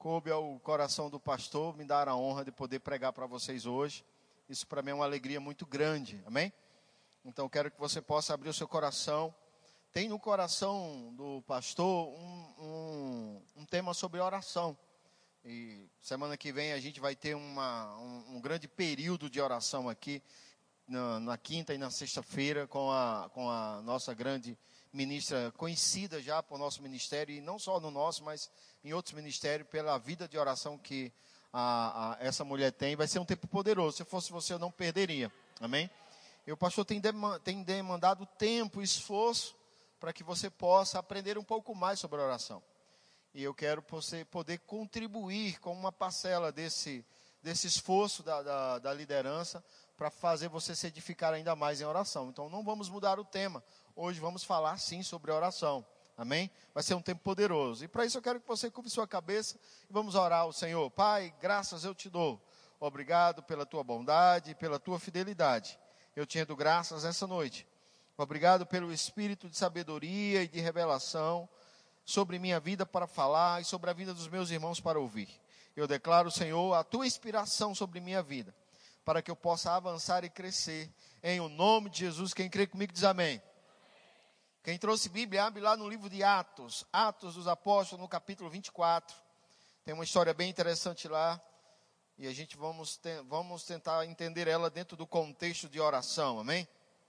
coube ao coração do pastor me dar a honra de poder pregar para vocês hoje. Isso para mim é uma alegria muito grande, amém? Então quero que você possa abrir o seu coração. Tem no coração do pastor um tema sobre oração. E semana que vem a gente vai ter um grande período de oração aqui, na quinta e na sexta-feira, com a nossa grande ministra, conhecida já por nosso ministério, e não só no nosso, mas em outros ministérios, pela vida de oração que essa mulher tem. Vai ser um tempo poderoso. Se fosse você, eu não perderia, amém? E o pastor tem demandado tempo e esforço para que você possa aprender um pouco mais sobre a oração. E eu quero você poder contribuir com uma parcela desse esforço da liderança para fazer você se edificar ainda mais em oração. Então não vamos mudar o tema. Hoje vamos falar sim sobre oração. Amém? Vai ser um tempo poderoso. E para isso eu quero que você curve sua cabeça e vamos orar ao Senhor. Pai, graças eu te dou. Obrigado pela tua bondade e pela tua fidelidade. Eu te rendo graças essa noite. Obrigado pelo espírito de sabedoria e de revelação sobre minha vida para falar e sobre a vida dos meus irmãos para ouvir. Eu declaro, Senhor, a tua inspiração sobre minha vida, para que eu possa avançar e crescer. Em o nome de Jesus, quem crê comigo diz amém. Quem trouxe Bíblia, abre lá no livro de Atos, Atos dos Apóstolos, no capítulo 24. Tem uma história bem interessante lá. E a gente vamos tentar entender ela dentro do contexto de oração, amém?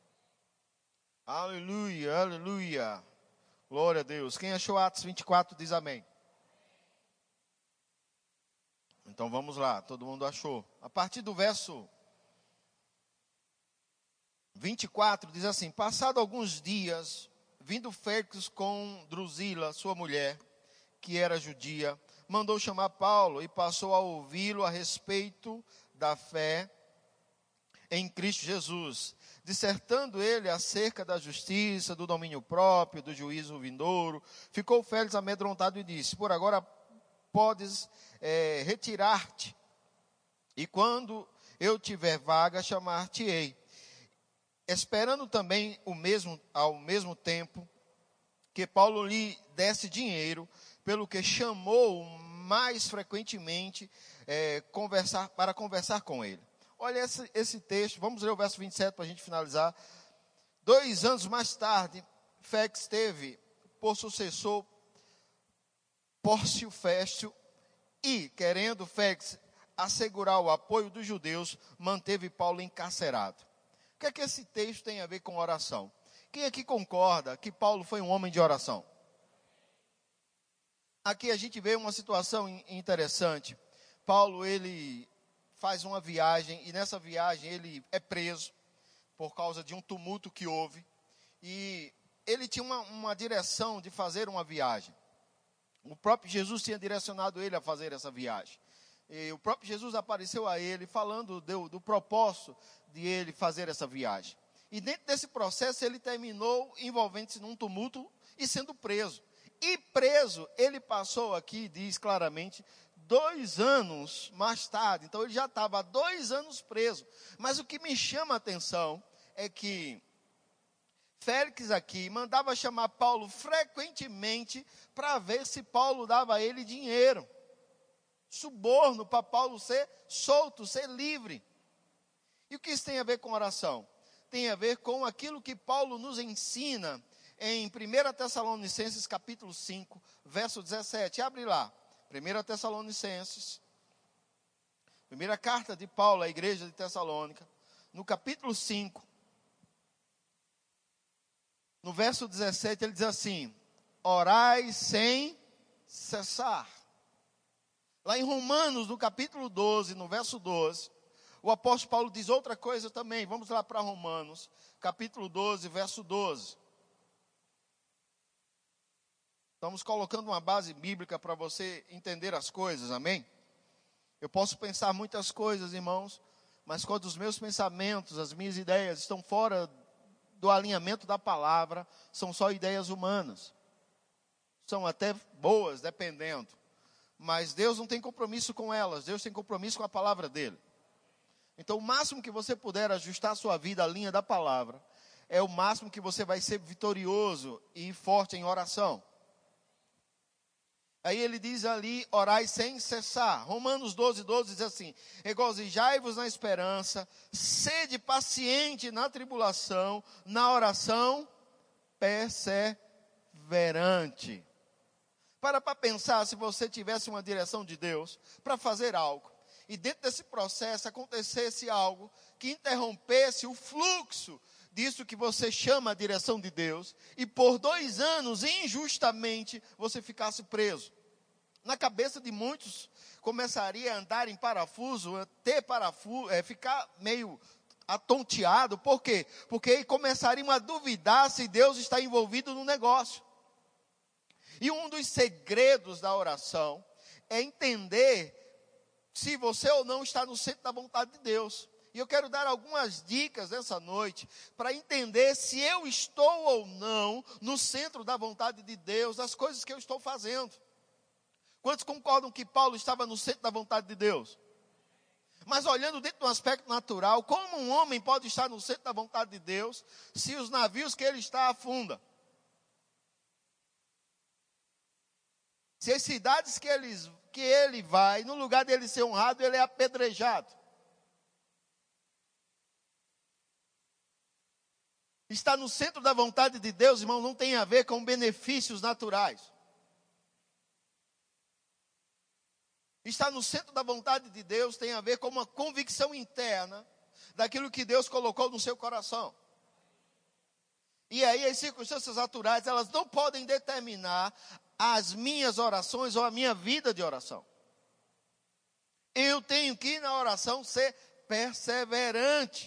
Aleluia, aleluia. Glória a Deus. Quem achou Atos 24 diz amém. Então vamos lá, todo mundo achou. A partir do verso 24 diz assim: passado alguns dias, vindo Félix com Drusila, sua mulher, que era judia, mandou chamar Paulo e passou a ouvi-lo a respeito da fé em Cristo Jesus, dissertando ele acerca da justiça, do domínio próprio, do juízo vindouro. Ficou Félix amedrontado e disse: por agora podes retirar-te, e quando eu tiver vaga, chamar-te-ei. Esperando também ao mesmo tempo que Paulo lhe desse dinheiro, pelo que chamou mais frequentemente para conversar com ele. Olha esse texto, vamos ler o verso 27 para a gente finalizar. 2 anos mais tarde, Félix teve por sucessor Pórcio Féstio e, querendo Félix assegurar o apoio dos judeus, manteve Paulo encarcerado. O que é que esse texto tem a ver com oração? Quem aqui concorda que Paulo foi um homem de oração? Aqui a gente vê uma situação interessante. Paulo, ele faz uma viagem, e nessa viagem ele é preso por causa de um tumulto que houve. E ele tinha uma direção de fazer uma viagem. O próprio Jesus tinha direcionado ele a fazer essa viagem. E o próprio Jesus apareceu a ele falando do propósito de ele fazer essa viagem. E dentro desse processo ele terminou envolvendo-se num tumulto e sendo preso. E preso, ele passou aqui, diz claramente, 2 anos mais tarde. Então ele já estava há 2 anos preso. Mas o que me chama a atenção é que Félix aqui mandava chamar Paulo frequentemente para ver se Paulo dava a ele dinheiro. Suborno para Paulo ser solto, ser livre. E o que isso tem a ver com oração? Tem a ver com aquilo que Paulo nos ensina em 1 Tessalonicenses capítulo 5, verso 17. Abre lá. 1 Tessalonicenses, primeira carta de Paulo à igreja de Tessalônica, no capítulo 5, no verso 17, ele diz assim: orai sem cessar. Lá em Romanos, no capítulo 12, no verso 12, o apóstolo Paulo diz outra coisa também. Vamos lá para Romanos, capítulo 12, verso 12. Estamos colocando uma base bíblica para você entender as coisas, amém? Eu posso pensar muitas coisas, irmãos, mas quando os meus pensamentos, as minhas ideias estão fora do alinhamento da palavra, são só ideias humanas. São até boas, dependendo. Mas Deus não tem compromisso com elas, Deus tem compromisso com a palavra dele. Então o máximo que você puder ajustar a sua vida à linha da palavra, é o máximo que você vai ser vitorioso e forte em oração. Aí ele diz ali, orai sem cessar. Romanos 12:12 diz assim: regozijai-vos na esperança, sede paciente na tribulação, na oração perseverante. Para pensar, se você tivesse uma direção de Deus para fazer algo, e dentro desse processo acontecesse algo que interrompesse o fluxo disso que você chama a direção de Deus, e por 2 anos, injustamente, você ficasse preso. Na cabeça de muitos, começaria a andar em parafuso, ficar meio atonteado. Por quê? Porque começariam a duvidar se Deus está envolvido no negócio. E um dos segredos da oração é entender se você ou não está no centro da vontade de Deus. E eu quero dar algumas dicas nessa noite para entender se eu estou ou não no centro da vontade de Deus, das coisas que eu estou fazendo. Quantos concordam que Paulo estava no centro da vontade de Deus? Mas olhando dentro do aspecto natural, como um homem pode estar no centro da vontade de Deus se os navios que ele está afundam? Se as cidades que ele vai, no lugar dele ser honrado, ele é apedrejado. Estar no centro da vontade de Deus, irmão, não tem a ver com benefícios naturais. Estar no centro da vontade de Deus tem a ver com uma convicção interna daquilo que Deus colocou no seu coração. E aí as circunstâncias naturais, elas não podem determinar as minhas orações ou a minha vida de oração. Eu tenho que, na oração, ser perseverante.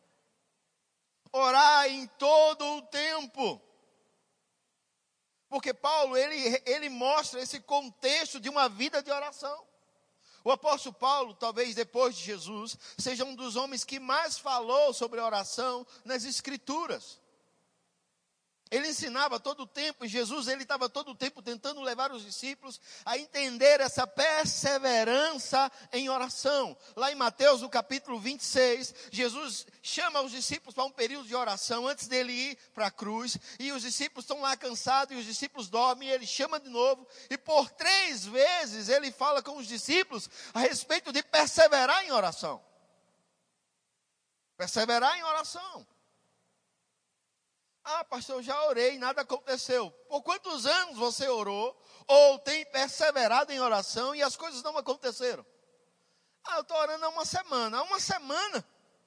Orar em todo o tempo. Porque Paulo, ele mostra esse contexto de uma vida de oração. O apóstolo Paulo, talvez depois de Jesus, seja um dos homens que mais falou sobre oração nas Escrituras. Ele ensinava todo o tempo, e Jesus, ele estava todo o tempo tentando levar os discípulos a entender essa perseverança em oração. Lá em Mateus, no capítulo 26, Jesus chama os discípulos para um período de oração, antes dele ir para a cruz, e os discípulos estão lá cansados, e os discípulos dormem, e ele chama de novo, e por 3 vezes ele fala com os discípulos a respeito de perseverar em oração. Perseverar em oração. Ah, pastor, eu já orei, nada aconteceu. Por quantos anos você orou ou tem perseverado em oração e as coisas não aconteceram? Ah, eu estou orando há uma semana. Há uma semana?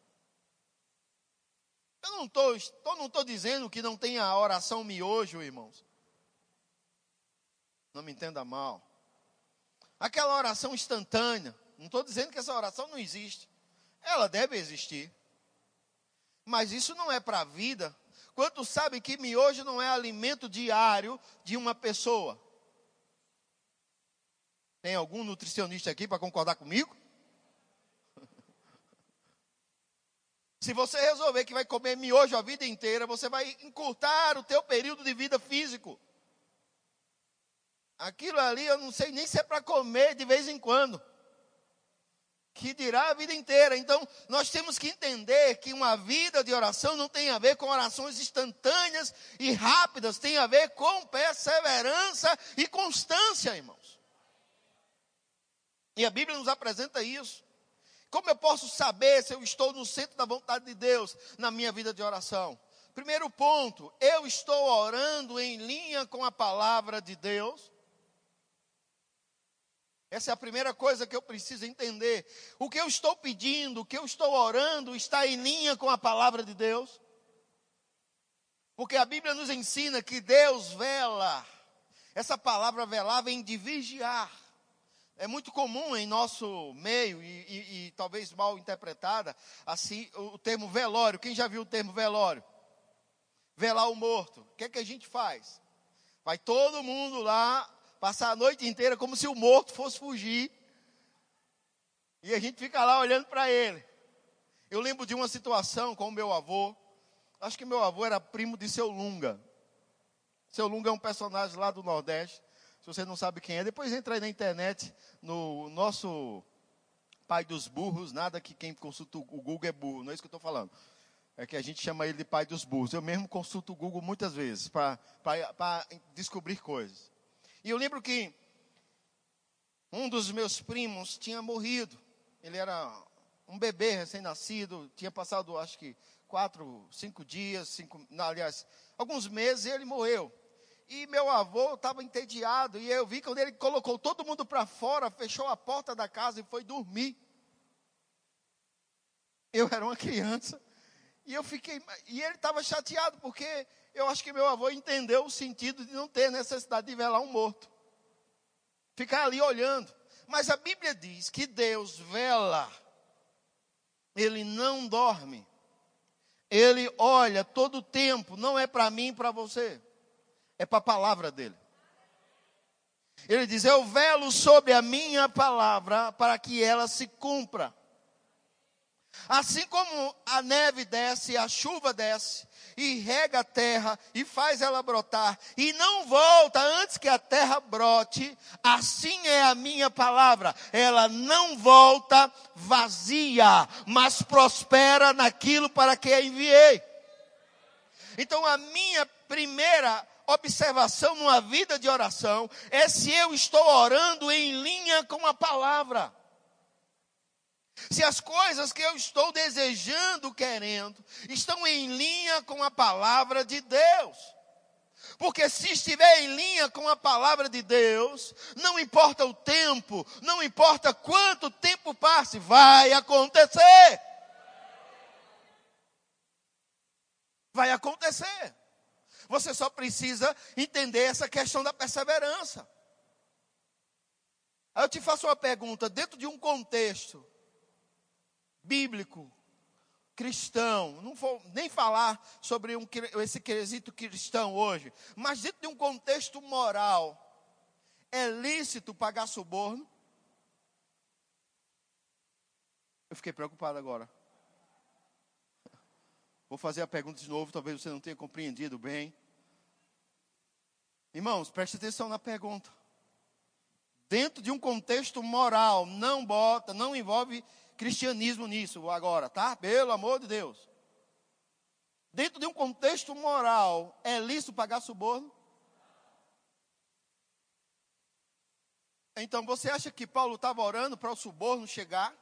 Eu não estou dizendo que não tenha a oração miojo, irmãos. Não me entenda mal. Aquela oração instantânea. Não estou dizendo que essa oração não existe. Ela deve existir. Mas isso não é para a vida. Quantos sabem que miojo não é alimento diário de uma pessoa? Tem algum nutricionista aqui para concordar comigo? Se você resolver que vai comer miojo a vida inteira, você vai encurtar o teu período de vida físico. Aquilo ali eu não sei nem se é para comer de vez em quando. Que dirá a vida inteira. Então, nós temos que entender que uma vida de oração não tem a ver com orações instantâneas e rápidas, tem a ver com perseverança e constância, irmãos. E a Bíblia nos apresenta isso. Como eu posso saber se eu estou no centro da vontade de Deus na minha vida de oração? Primeiro ponto, eu estou orando em linha com a palavra de Deus. Essa é a primeira coisa que eu preciso entender. O que eu estou pedindo, o que eu estou orando, está em linha com a palavra de Deus? Porque a Bíblia nos ensina que Deus vela. Essa palavra velar vem de vigiar. É muito comum em nosso meio, e talvez mal interpretada, assim, o termo velório. Quem já viu o termo velório? Velar o morto. O que é que a gente faz? Vai todo mundo lá, passar a noite inteira como se o morto fosse fugir. E a gente fica lá olhando para ele. Eu lembro de uma situação com o meu avô. Acho que meu avô era primo de Seu Lunga. Seu Lunga é um personagem lá do Nordeste. Se você não sabe quem é, depois entra aí na internet, no nosso pai dos burros. Nada que quem consulta o Google é burro, não é isso que eu estou falando. É que a gente chama ele de pai dos burros. Eu mesmo consulto o Google muitas vezes para descobrir coisas. E eu lembro que um dos meus primos tinha morrido. Ele era um bebê recém-nascido, tinha passado acho que 4, 5 dias, alguns meses, e ele morreu. E meu avô estava entediado, e eu vi quando ele colocou todo mundo para fora, fechou a porta da casa e foi dormir. Eu era uma criança, e ele estava chateado, porque eu acho que meu avô entendeu o sentido de não ter necessidade de velar um morto. Ficar ali olhando. Mas a Bíblia diz que Deus vela, Ele não dorme. Ele olha todo o tempo, não é para mim e para você, é para a palavra dele. Ele diz, eu velo sobre a minha palavra para que ela se cumpra. Assim como a neve desce, a chuva desce, e rega a terra, e faz ela brotar, e não volta antes que a terra brote, assim é a minha palavra. Ela não volta vazia, mas prospera naquilo para que a enviei. Então a minha primeira observação numa vida de oração é se eu estou orando em linha com a palavra. Se as coisas que eu estou desejando, querendo, estão em linha com a palavra de Deus. Porque se estiver em linha com a palavra de Deus, não importa o tempo, não importa quanto tempo passe, vai acontecer. Vai acontecer. Você só precisa entender essa questão da perseverança. Aí eu te faço uma pergunta, dentro de um contexto bíblico, cristão, não vou nem falar sobre esse quesito cristão hoje, mas dentro de um contexto moral, é lícito pagar suborno? Eu fiquei preocupado agora. Vou fazer a pergunta de novo, talvez você não tenha compreendido bem. Irmãos, preste atenção na pergunta. Dentro de um contexto moral, não envolve cristianismo nisso agora, tá? Pelo amor de Deus. Dentro de um contexto moral, é lícito pagar suborno? Então, você acha que Paulo estava orando para o suborno chegar?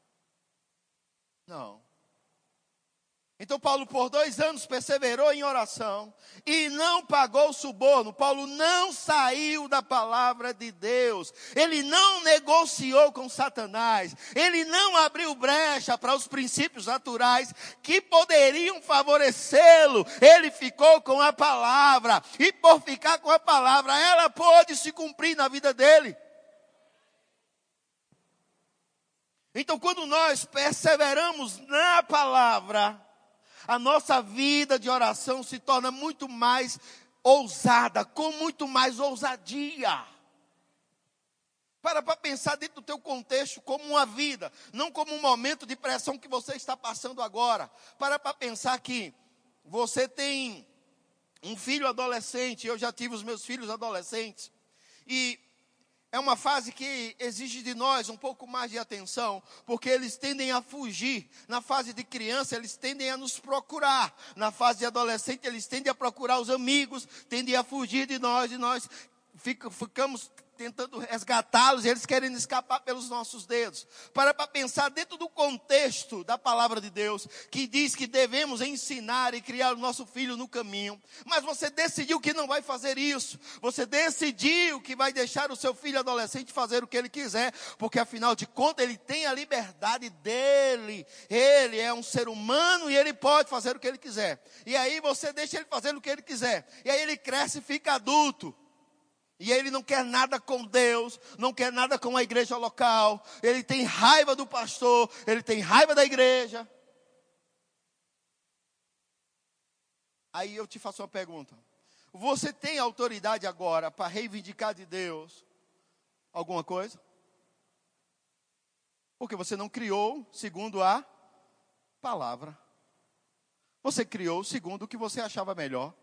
Não. Então, Paulo, por 2 anos, perseverou em oração e não pagou o suborno. Paulo não saiu da palavra de Deus. Ele não negociou com Satanás. Ele não abriu brecha para os princípios naturais que poderiam favorecê-lo. Ele ficou com a palavra. E por ficar com a palavra, ela pôde se cumprir na vida dele. Então, quando nós perseveramos na palavra, a nossa vida de oração se torna muito mais ousada, com muito mais ousadia. Para pensar dentro do teu contexto como uma vida, não como um momento de pressão que você está passando agora. Para pensar que você tem um filho adolescente, eu já tive os meus filhos adolescentes, e é uma fase que exige de nós um pouco mais de atenção, porque eles tendem a fugir. Na fase de criança, eles tendem a nos procurar. Na fase de adolescente, eles tendem a procurar os amigos, tendem a fugir de nós, e nós ficamos tentando resgatá-los, e eles querem escapar pelos nossos dedos. Para pensar dentro do contexto da palavra de Deus, que diz que devemos ensinar e criar o nosso filho no caminho. Mas você decidiu que não vai fazer isso. Você decidiu que vai deixar o seu filho adolescente fazer o que ele quiser, porque afinal de contas ele tem a liberdade dele. Ele é um ser humano e ele pode fazer o que ele quiser. E aí você deixa ele fazer o que ele quiser. E aí ele cresce e fica adulto. E ele não quer nada com Deus, não quer nada com a igreja local. Ele tem raiva do pastor, ele tem raiva da igreja. Aí eu te faço uma pergunta. Você tem autoridade agora para reivindicar de Deus alguma coisa? Porque você não criou segundo a palavra. Você criou segundo o que você achava melhor.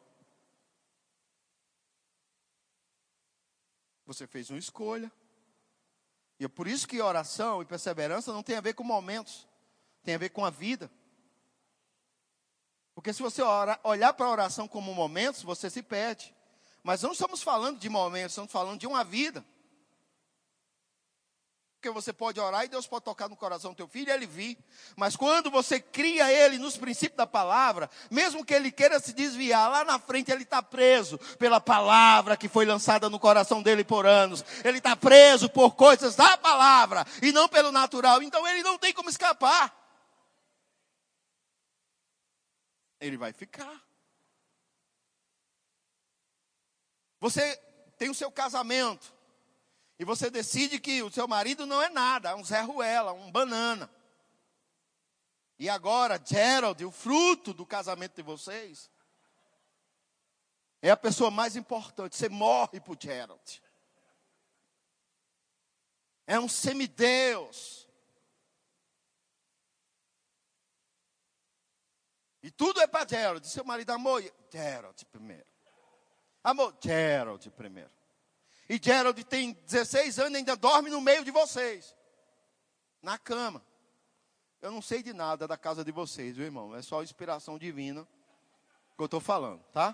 Você fez uma escolha. E é por isso que oração e perseverança não tem a ver com momentos. Tem a ver com a vida. Porque se você olhar para a oração como momentos, você se perde. Mas não estamos falando de momentos, estamos falando de uma vida. Porque você pode orar e Deus pode tocar no coração do teu filho e ele vir. Mas quando você cria ele nos princípios da palavra, mesmo que ele queira se desviar, lá na frente ele está preso pela palavra que foi lançada no coração dele por anos. Ele está preso por coisas da palavra e não pelo natural. Então ele não tem como escapar. Ele vai ficar. Você tem o seu casamento. E você decide que o seu marido não é nada, é um Zé Ruela, um banana. E agora, Gerald, o fruto do casamento de vocês, é a pessoa mais importante. Você morre por Gerald. É um semideus. E tudo é para Gerald. Seu marido, amor, Gerald primeiro. Amor, Gerald primeiro. E Gerald tem 16 anos e ainda dorme no meio de vocês. Na cama. Eu não sei de nada da casa de vocês, viu, irmão? É só inspiração divina que eu estou falando, tá?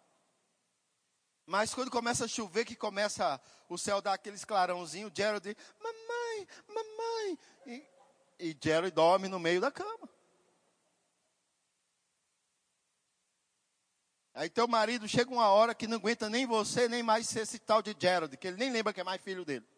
Mas quando começa a chover, que começa o céu dar aqueles clarãozinhos, Gerald diz, mamãe, mamãe. E Gerald dorme no meio da cama. Aí teu marido chega uma hora que não aguenta nem você, nem mais ser esse tal de Gerald, que ele nem lembra que é mais filho dele.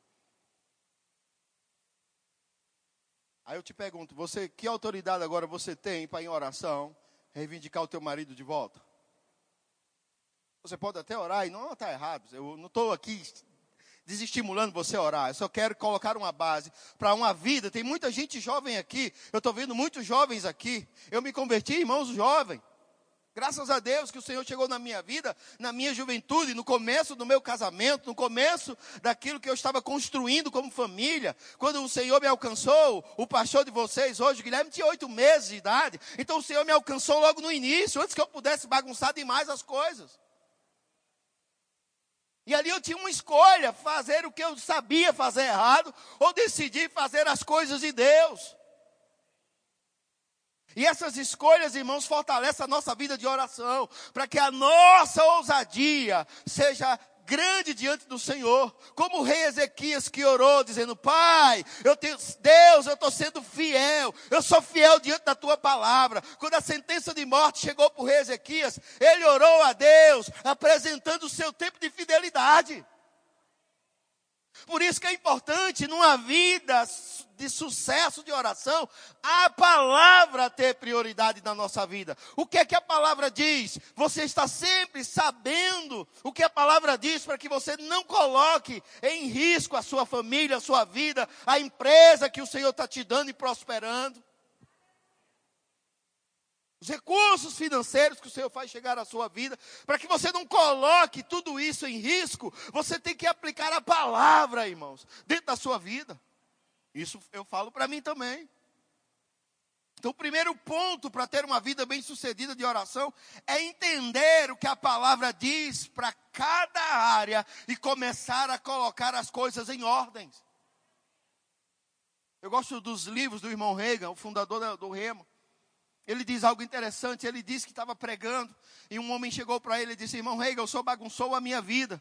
Aí eu te pergunto, você, que autoridade agora você tem para em oração reivindicar o teu marido de volta? Você pode até orar e não está errado. Eu não estou aqui desestimulando você a orar. Eu só quero colocar uma base para uma vida. Tem muita gente jovem aqui. Eu estou vendo muitos jovens aqui. Eu me converti, irmãos jovens. Graças a Deus que o Senhor chegou na minha vida, na minha juventude, no começo do meu casamento, no começo daquilo que eu estava construindo como família. Quando o Senhor me alcançou, o pastor de vocês hoje, Guilherme, tinha 8 meses de idade. Então o Senhor me alcançou logo no início, antes que eu pudesse bagunçar demais as coisas. E ali eu tinha uma escolha, fazer o que eu sabia fazer errado, ou decidir fazer as coisas de Deus. E essas escolhas, irmãos, fortalecem a nossa vida de oração, para que a nossa ousadia seja grande diante do Senhor. Como o rei Ezequias que orou, dizendo, Pai, Deus, eu estou sendo fiel, eu sou fiel diante da tua palavra. Quando a sentença de morte chegou para o rei Ezequias, ele orou a Deus, apresentando o seu tempo de fidelidade. Por isso que é importante, numa vida de sucesso de oração, a palavra ter prioridade na nossa vida. O que é que a palavra diz? Você está sempre sabendo o que a palavra diz para que você não coloque em risco a sua família, a sua vida, a empresa que o Senhor está te dando e prosperando. Os recursos financeiros que o Senhor faz chegar à sua vida, para que você não coloque tudo isso em risco, você tem que aplicar a palavra, irmãos, dentro da sua vida. Isso eu falo para mim também. Então, o primeiro ponto para ter uma vida bem-sucedida de oração é entender o que a palavra diz para cada área e começar a colocar as coisas em ordens. Eu gosto dos livros do irmão Reagan, o fundador do Remo. Ele diz algo interessante, ele disse que estava pregando, e um homem chegou para ele e disse, irmão Reagan, o senhor bagunçou a minha vida.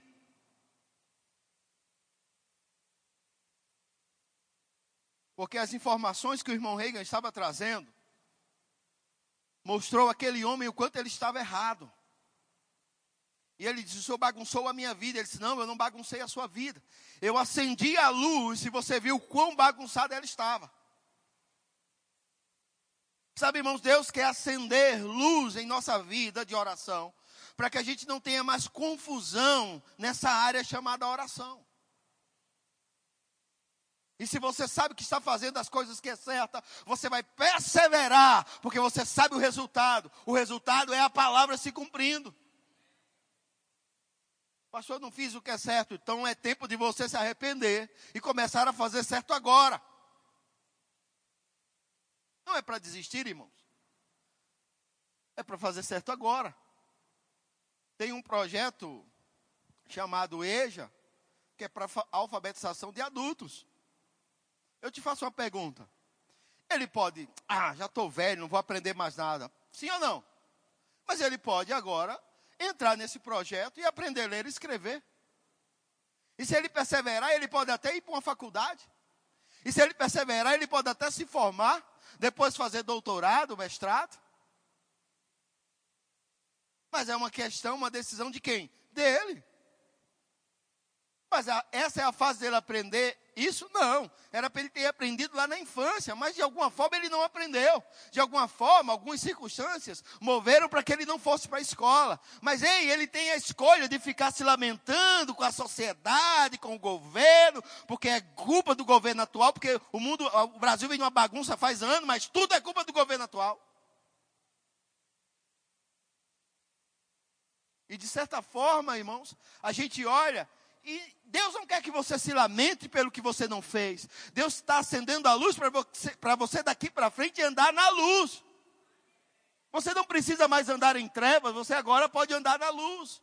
Porque as informações que o irmão Reagan estava trazendo, mostrou aquele homem o quanto ele estava errado. E ele disse, o senhor bagunçou a minha vida. Ele disse, não, eu não baguncei a sua vida. Eu acendi a luz e você viu quão bagunçada ela estava. Sabe, irmãos, Deus quer acender luz em nossa vida de oração, para que a gente não tenha mais confusão nessa área chamada oração. E se você sabe que está fazendo as coisas que é certa, você vai perseverar, porque você sabe o resultado. O resultado é a palavra se cumprindo. Pastor, eu não fiz o que é certo, então é tempo de você se arrepender e começar a fazer certo agora. Não é para desistir, irmãos. É para fazer certo agora. Tem um projeto chamado EJA, que é para alfabetização de adultos. Eu te faço uma pergunta. Ele pode, já estou velho, não vou aprender mais nada. Sim ou não? Mas ele pode agora entrar nesse projeto e aprender a ler e escrever. E se ele perseverar, ele pode até ir para uma faculdade. E se ele perseverar, ele pode até se formar, depois fazer doutorado, mestrado. Mas é uma questão, uma decisão de quem? Dele. Mas essa é a fase dele aprender isso? Não. Era para ele ter aprendido lá na infância, mas de alguma forma ele não aprendeu. De alguma forma, algumas circunstâncias moveram para que ele não fosse para a escola. Mas ele tem a escolha de ficar se lamentando com a sociedade, com o governo, porque é culpa do governo atual, porque o Brasil vem numa bagunça faz anos, mas tudo é culpa do governo atual. E de certa forma, irmãos, a gente olha e Deus não quer que você se lamente pelo que você não fez. Deus está acendendo a luz para você daqui para frente andar na luz. Você não precisa mais andar em trevas, você agora pode andar na luz.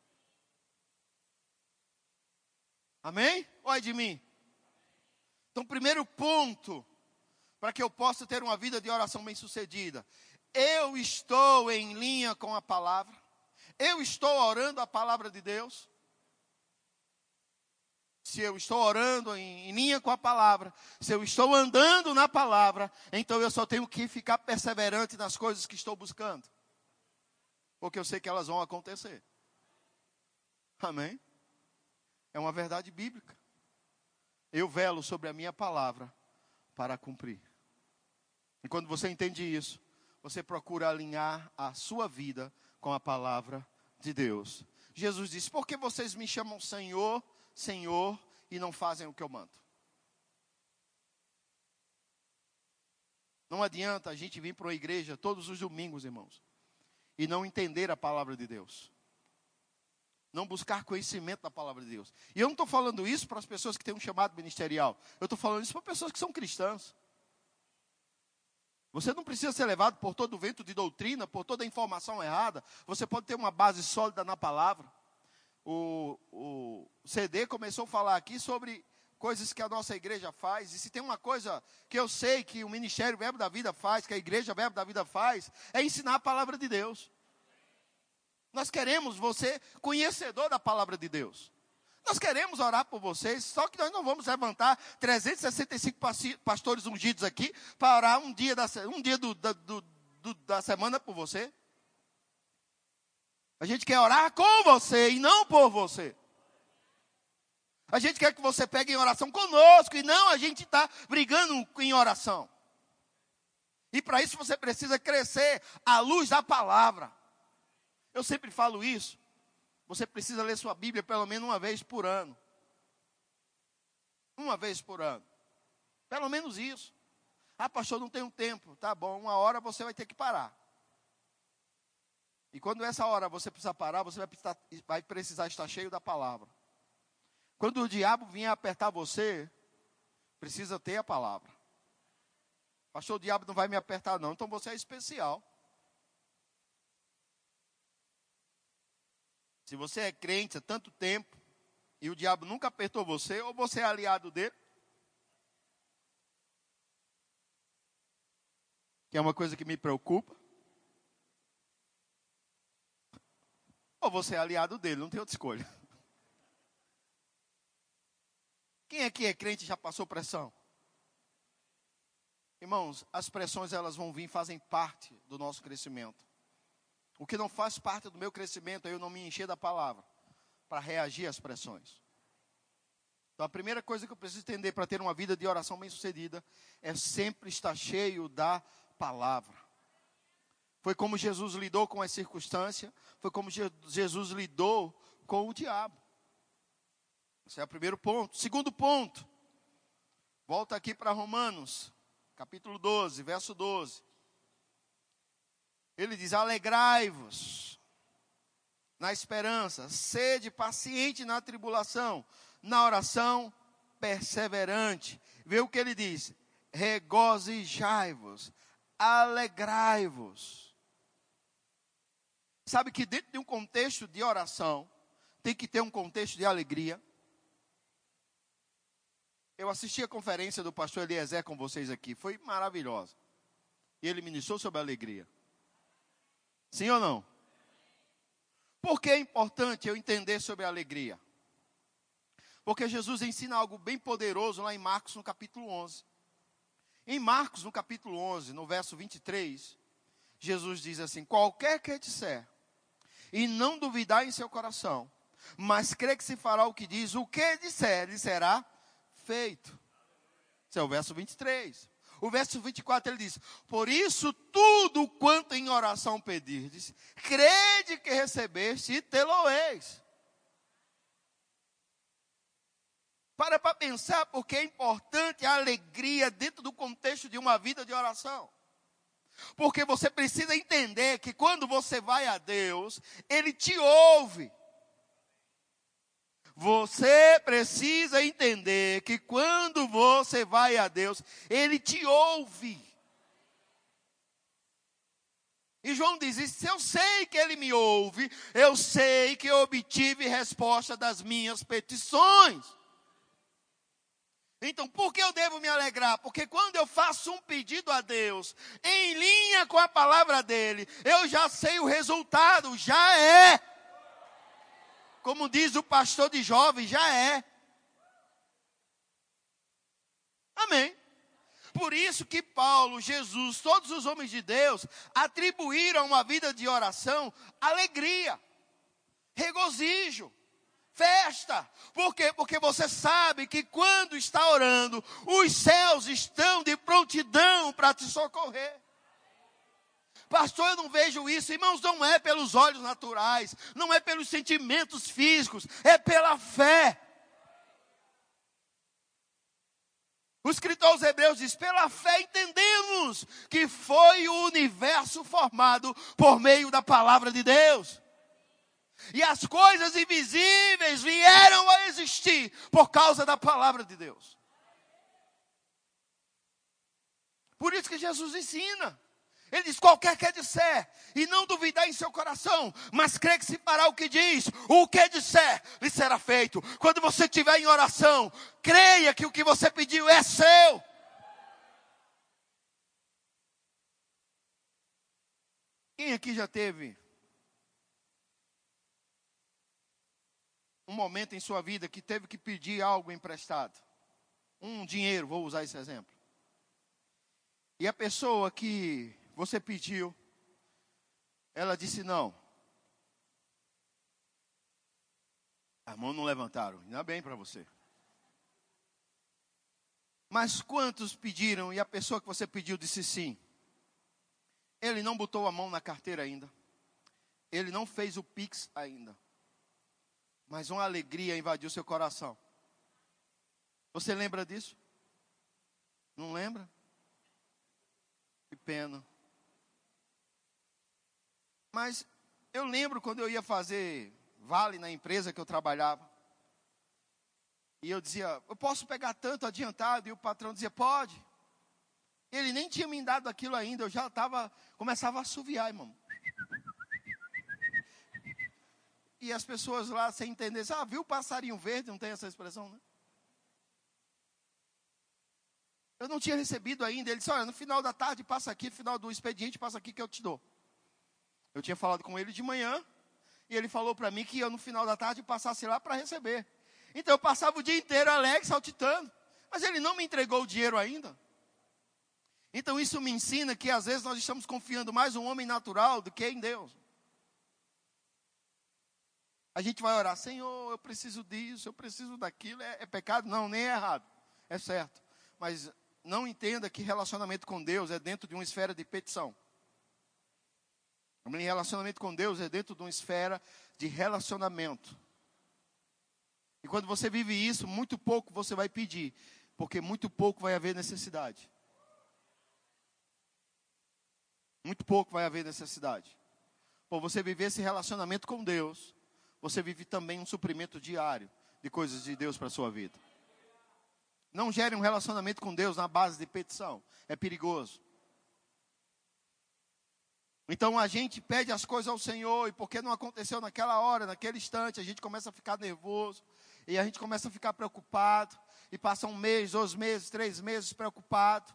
Amém? Ou é de mim? Então, primeiro ponto, para que eu possa ter uma vida de oração bem-sucedida. Eu estou em linha com a palavra. Eu estou orando a palavra de Deus. Se eu estou orando em linha com a palavra, se eu estou andando na palavra, então eu só tenho que ficar perseverante nas coisas que estou buscando. Porque eu sei que elas vão acontecer. Amém? É uma verdade bíblica. Eu velo sobre a minha palavra para cumprir. E quando você entende isso, você procura alinhar a sua vida com a palavra de Deus. Jesus disse: por que vocês me chamam Senhor, Senhor, e não fazem o que eu mando? Não adianta a gente vir para uma igreja todos os domingos, irmãos, e não entender a palavra de Deus. Não buscar conhecimento da palavra de Deus. E eu não estou falando isso para as pessoas que têm um chamado ministerial. Eu estou falando isso para pessoas que são cristãs. Você não precisa ser levado por todo o vento de doutrina, por toda a informação errada. Você pode ter uma base sólida na palavra. O CD começou a falar aqui sobre coisas que a nossa igreja faz. E se tem uma coisa que eu sei que o Ministério Verbo da Vida faz, que a Igreja Verbo da Vida faz, é ensinar a palavra de Deus. Nós queremos você conhecedor da palavra de Deus. Nós queremos orar por vocês, só que nós não vamos levantar 365 pastores ungidos aqui para orar um dia da semana por você. A gente quer orar com você e não por você. A gente quer que você pegue em oração conosco e não a gente está brigando em oração. E para isso você precisa crescer à luz da palavra. Eu sempre falo isso. Você precisa ler sua Bíblia pelo menos uma vez por ano. Uma vez por ano. Pelo menos isso. Ah, pastor, não tenho tempo. Tá bom, uma hora você vai ter que parar. E quando essa hora você precisar parar, você vai precisar estar cheio da palavra. Quando o diabo vier apertar você, precisa ter a palavra. Pastor, o diabo não vai me apertar não, então você é especial. Se você é crente há tanto tempo e o diabo nunca apertou você, ou você é aliado dele, que é uma coisa que me preocupa, ou você é aliado dele, não tem outra escolha. Quem aqui é crente e já passou pressão? Irmãos, as pressões elas vão vir, fazem parte do nosso crescimento. O que não faz parte do meu crescimento é eu não me encher da palavra para reagir às pressões. Então a primeira coisa que eu preciso entender para ter uma vida de oração bem-sucedida é sempre estar cheio da palavra. Foi como Jesus lidou com as circunstâncias, foi como Jesus lidou com o diabo. Esse é o primeiro ponto. Segundo ponto, volta aqui para Romanos, capítulo 12, verso 12. Ele diz: alegrai-vos na esperança, sede paciente na tribulação, na oração perseverante. Vê o que ele diz: regozijai-vos, alegrai-vos. Sabe que dentro de um contexto de oração, tem que ter um contexto de alegria. Eu assisti a conferência do pastor Eliezer com vocês aqui, foi maravilhosa. E ele ministrou sobre a alegria. Sim ou não? Por que é importante eu entender sobre a alegria? Porque Jesus ensina algo bem poderoso lá em Marcos, no capítulo 11. Em Marcos, no capítulo 11, no verso 23, Jesus diz assim: qualquer que disser, e não duvidar em seu coração, mas crê que se fará o que diz, o que disser, lhe será feito. Esse é o verso 23. O verso 24 ele diz: por isso tudo quanto em oração pedirdes, crede que recebeste e tê-lo-eis. Para pensar porque é importante a alegria dentro do contexto de uma vida de oração. Porque você precisa entender que quando você vai a Deus, Ele te ouve. Você precisa entender que quando você vai a Deus, Ele te ouve. E João diz: se eu sei que Ele me ouve, eu sei que eu obtive resposta das minhas petições. Então, por que eu devo me alegrar? Porque quando eu faço um pedido a Deus, em linha com a palavra dEle, eu já sei o resultado, já é. Como diz o pastor de jovens, já é. Amém. Por isso que Paulo, Jesus, todos os homens de Deus, atribuíram uma vida de oração alegria, regozijo, festa. Por quê? Porque você sabe que quando está orando, os céus estão de prontidão para te socorrer. Pastor, eu não vejo isso. Irmãos, não é pelos olhos naturais, não é pelos sentimentos físicos, é pela fé. O escritor aos Hebreus diz: pela fé entendemos que foi o universo formado por meio da palavra de Deus. E as coisas invisíveis vieram a existir por causa da palavra de Deus. Por isso que Jesus ensina. Ele diz: qualquer que disser, e não duvidar em seu coração, mas crê que se fará o que diz, o que disser, lhe será feito. Quando você estiver em oração, creia que o que você pediu é seu. Quem aqui já teve um momento em sua vida que teve que pedir algo emprestado? Um dinheiro, vou usar esse exemplo. E a pessoa que você pediu, ela disse não. As mãos não levantaram, ainda bem para você. Mas quantos pediram e a pessoa que você pediu disse sim? Ele não botou a mão na carteira ainda. Ele não fez o Pix ainda. Mas uma alegria invadiu seu coração. Você lembra disso? Não lembra? Que pena. Mas eu lembro quando eu ia fazer vale na empresa que eu trabalhava. E eu dizia: eu posso pegar tanto adiantado? E o patrão dizia: pode. Ele nem tinha me dado aquilo ainda, eu já começava a assoviar, irmão. E as pessoas lá, sem entender, viu o passarinho verde? Não tem essa expressão, né? Eu não tinha recebido ainda. Ele disse: olha, no final da tarde passa aqui, no final do expediente passa aqui que eu te dou. Eu tinha falado com ele de manhã, e ele falou para mim que eu no final da tarde passasse lá para receber. Então eu passava o dia inteiro alegre, saltitando, mas ele não me entregou o dinheiro ainda. Então isso me ensina que às vezes nós estamos confiando mais no homem natural do que em Deus. A gente vai orar: Senhor, eu preciso disso, eu preciso daquilo. É pecado? Não, nem é errado, é certo. Mas não entenda que relacionamento com Deus é dentro de uma esfera de petição. O relacionamento com Deus é dentro de uma esfera de relacionamento. E quando você vive isso, muito pouco você vai pedir, porque muito pouco vai haver necessidade. Muito pouco vai haver necessidade. Por você viver esse relacionamento com Deus, você vive também um suprimento diário de coisas de Deus para a sua vida. Não gere um relacionamento com Deus na base de petição. É perigoso. Então a gente pede as coisas ao Senhor, e porque não aconteceu naquela hora, naquele instante, a gente começa a ficar nervoso, e a gente começa a ficar preocupado, e passa 1 mês, 2 meses, 3 meses preocupado.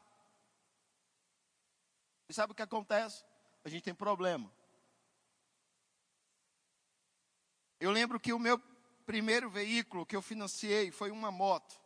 E sabe o que acontece? A gente tem problema. Eu lembro que o meu primeiro veículo que eu financiei foi uma moto.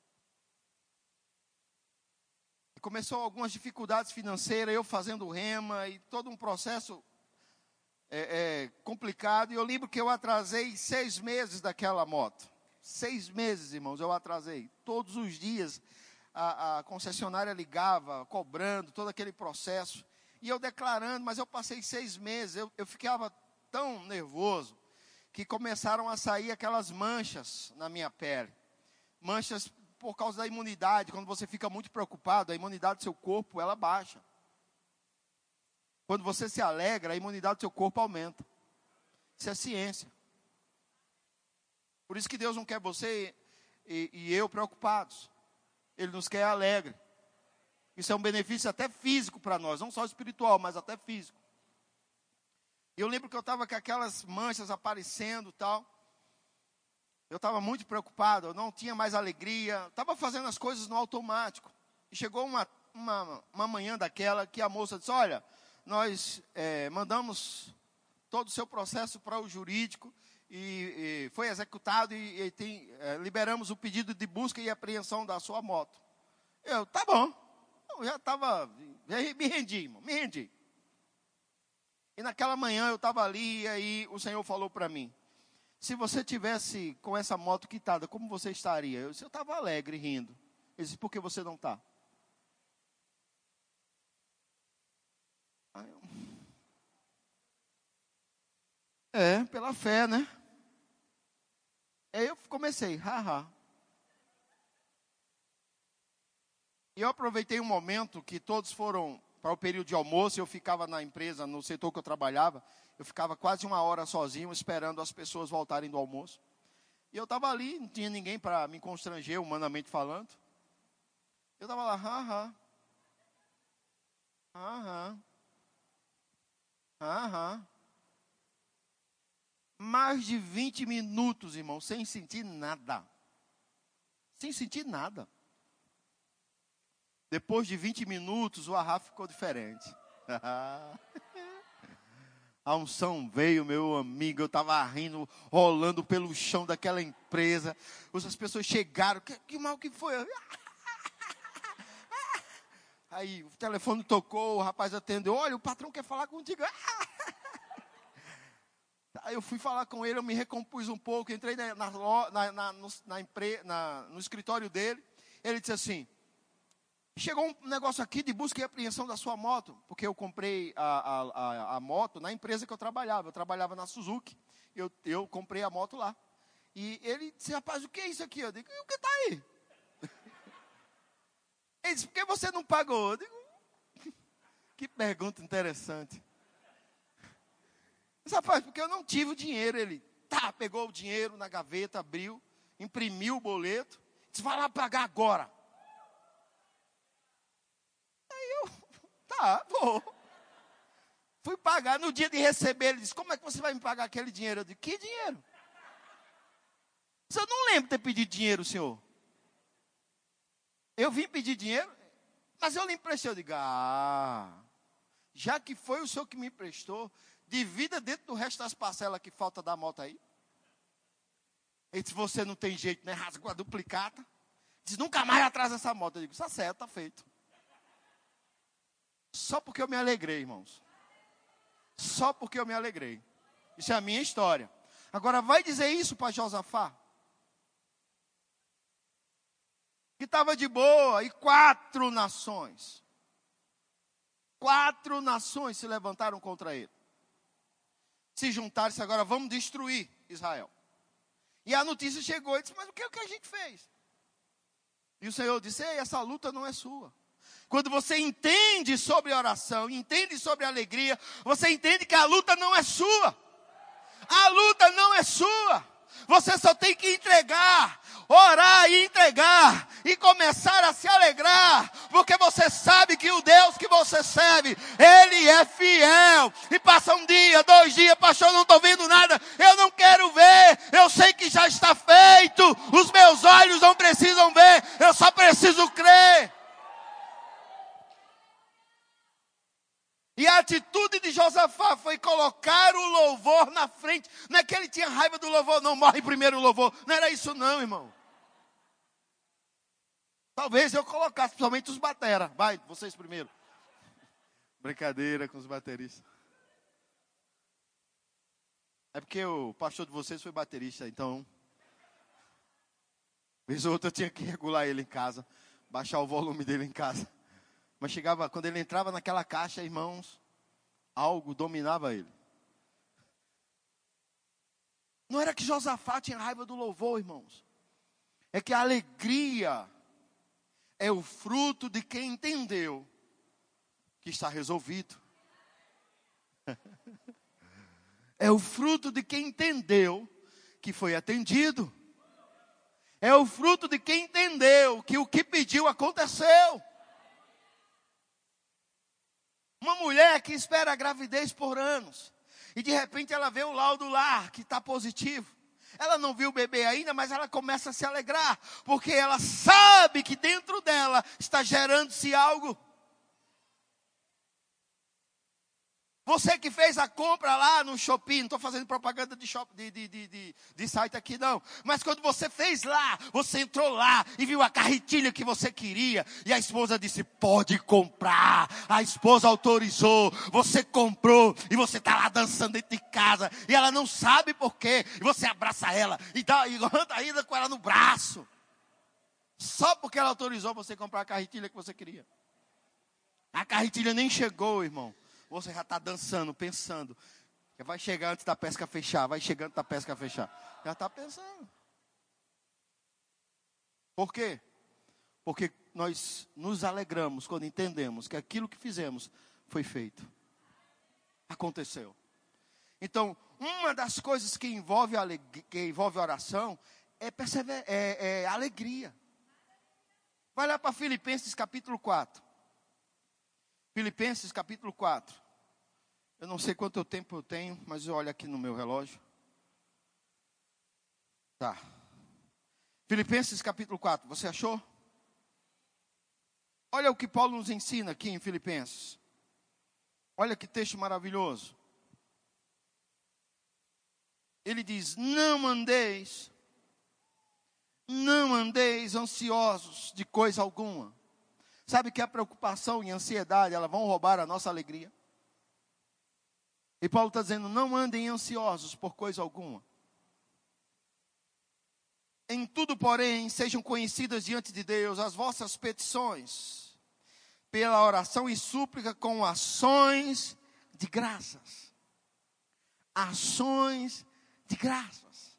Começou algumas dificuldades financeiras, eu fazendo rema e todo um processo complicado. E eu lembro que eu atrasei 6 meses daquela moto. 6 meses, irmãos, eu atrasei. Todos os dias a concessionária ligava, cobrando, todo aquele processo. E eu declarando, mas eu passei 6 meses, eu ficava tão nervoso, que começaram a sair aquelas manchas na minha pele. Manchas por causa da imunidade. Quando você fica muito preocupado, a imunidade do seu corpo, ela baixa. Quando você se alegra, a imunidade do seu corpo aumenta. Isso é ciência. Por isso que Deus não quer você e eu preocupados. Ele nos quer alegre. Isso é um benefício até físico para nós, não só espiritual, mas até físico. E eu lembro que eu estava com aquelas manchas aparecendo e tal. Eu estava muito preocupado, eu não tinha mais alegria. Estava fazendo as coisas no automático. E chegou uma manhã daquela que a moça disse, olha, nós mandamos todo o seu processo para o jurídico e foi executado e liberamos o pedido de busca e apreensão da sua moto. Eu, tá bom. Eu já me rendi, irmão, me rendi. E naquela manhã eu estava ali e aí o Senhor falou para mim, se você tivesse com essa moto quitada, como você estaria? Eu disse, eu estava alegre, rindo. Ele disse, por que você não está? Pela fé, né? Aí eu comecei, haha. E eu aproveitei um momento que todos foram para o período de almoço, eu ficava na empresa, no setor que eu trabalhava, eu ficava quase 1 hora sozinho, esperando as pessoas voltarem do almoço. E eu estava ali, não tinha ninguém para me constranger, humanamente falando. Eu estava lá, mais de 20 minutos, irmão, sem sentir nada. Sem sentir nada. Depois de 20 minutos, o arrasto ficou diferente. A unção veio, meu amigo, eu estava rindo, rolando pelo chão daquela empresa. As pessoas chegaram, que mal que foi? Aí o telefone tocou, o rapaz atendeu, olha, o patrão quer falar contigo. Aí eu fui falar com ele, eu me recompus um pouco, entrei no escritório dele. Ele disse assim, chegou um negócio aqui de busca e apreensão da sua moto, porque eu comprei a moto na empresa que eu trabalhava na Suzuki, eu comprei a moto lá. E ele disse, rapaz, o que é isso aqui? Eu digo, o que está aí? Ele disse, por que você não pagou? Eu digo, que pergunta interessante. Disse, rapaz, porque eu não tive o dinheiro. Ele, pegou o dinheiro na gaveta, abriu, imprimiu o boleto, disse, vai lá pagar agora. Vou. Fui pagar, no dia de receber, ele disse, como é que você vai me pagar aquele dinheiro? Eu disse, que dinheiro? Eu não lembro de ter pedido dinheiro, senhor. Eu vim pedir dinheiro, mas eu lhe emprestei. Eu digo, já que foi o senhor que me emprestou, divida dentro do resto das parcelas que falta da moto aí. Ele disse, você não tem jeito, né? Rasgou a duplicata. Diz, nunca mais atrasa essa moto. Eu digo, está certo, está feito. Só porque eu me alegrei, irmãos. Só porque eu me alegrei. Isso é a minha história. Agora, vai dizer isso para Josafá? Que estava de boa e 4 nações se levantaram contra ele. Se juntaram e disse, agora vamos destruir Israel. E a notícia chegou e disse, mas o que a gente fez? E o Senhor disse, ei, essa luta não é sua. Quando você entende sobre oração, entende sobre alegria, você entende que a luta não é sua. A luta não é sua. Você só tem que entregar, orar e entregar, e começar a se alegrar, porque você sabe que o Deus que você serve, Ele é fiel. E passa 1 dia, 2 dias, pastor, eu não estou vendo nada, eu não quero ver, eu sei que já está feito, os meus olhos não precisam ver, eu só preciso crer. E a atitude de Josafá foi colocar o louvor na frente. Não é que ele tinha raiva do louvor, não, morre primeiro o louvor. Não era isso não, irmão. Talvez eu colocasse, principalmente os batera. Vai, vocês primeiro. Brincadeira com os bateristas. É porque o pastor de vocês foi baterista, então... Vez ou outra eu tinha que regular ele em casa. Baixar o volume dele em casa. Mas chegava, quando ele entrava naquela caixa, irmãos, algo dominava ele. Não era que Josafá tinha raiva do louvor, irmãos. É que a alegria é o fruto de quem entendeu que está resolvido. É o fruto de quem entendeu que foi atendido. É o fruto de quem entendeu que o que pediu aconteceu. Uma mulher que espera a gravidez por anos. E de repente ela vê o laudo lá que está positivo. Ela não viu o bebê ainda, mas ela começa a se alegrar. Porque ela sabe que dentro dela está gerando-se algo. Você que fez a compra lá no shopping, não estou fazendo propaganda de site aqui não. Mas quando você fez lá, você entrou lá e viu a carretilha que você queria. E a esposa disse, pode comprar. A esposa autorizou, você comprou e você está lá dançando dentro de casa. E ela não sabe por quê. E você abraça ela e anda ainda com ela no braço. Só porque ela autorizou você comprar a carretilha que você queria. A carretilha nem chegou, irmão. Você já está dançando, pensando. Vai chegar antes da pesca fechar. Vai chegar antes da pesca fechar. Já está pensando. Por quê? Porque nós nos alegramos quando entendemos que aquilo que fizemos foi feito. Aconteceu. Então, uma das coisas que envolve a oração é alegria. Vai lá para Filipenses capítulo 4. Filipenses capítulo 4. Eu não sei quanto tempo eu tenho, mas eu olho aqui no meu relógio. Tá. Filipenses capítulo 4, você achou? Olha o que Paulo nos ensina aqui em Filipenses. Olha que texto maravilhoso. Ele diz, não andeis ansiosos de coisa alguma. Sabe que a preocupação e a ansiedade, elas vão roubar a nossa alegria? E Paulo está dizendo, não andem ansiosos por coisa alguma. Em tudo, porém, sejam conhecidas diante de Deus as vossas petições, pela oração e súplica com ações de graças. Ações de graças.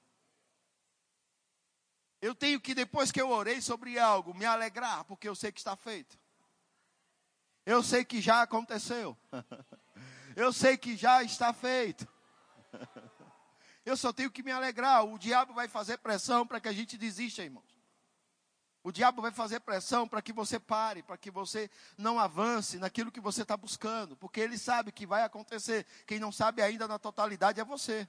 Eu tenho que, depois que eu orei sobre algo, me alegrar, porque eu sei que está feito. Eu sei que já aconteceu. Eu sei que já está feito. Eu só tenho que me alegrar. O diabo vai fazer pressão para que a gente desista, irmãos. O diabo vai fazer pressão para que você pare, para que você não avance naquilo que você está buscando. Porque ele sabe que vai acontecer. Quem não sabe ainda na totalidade é você.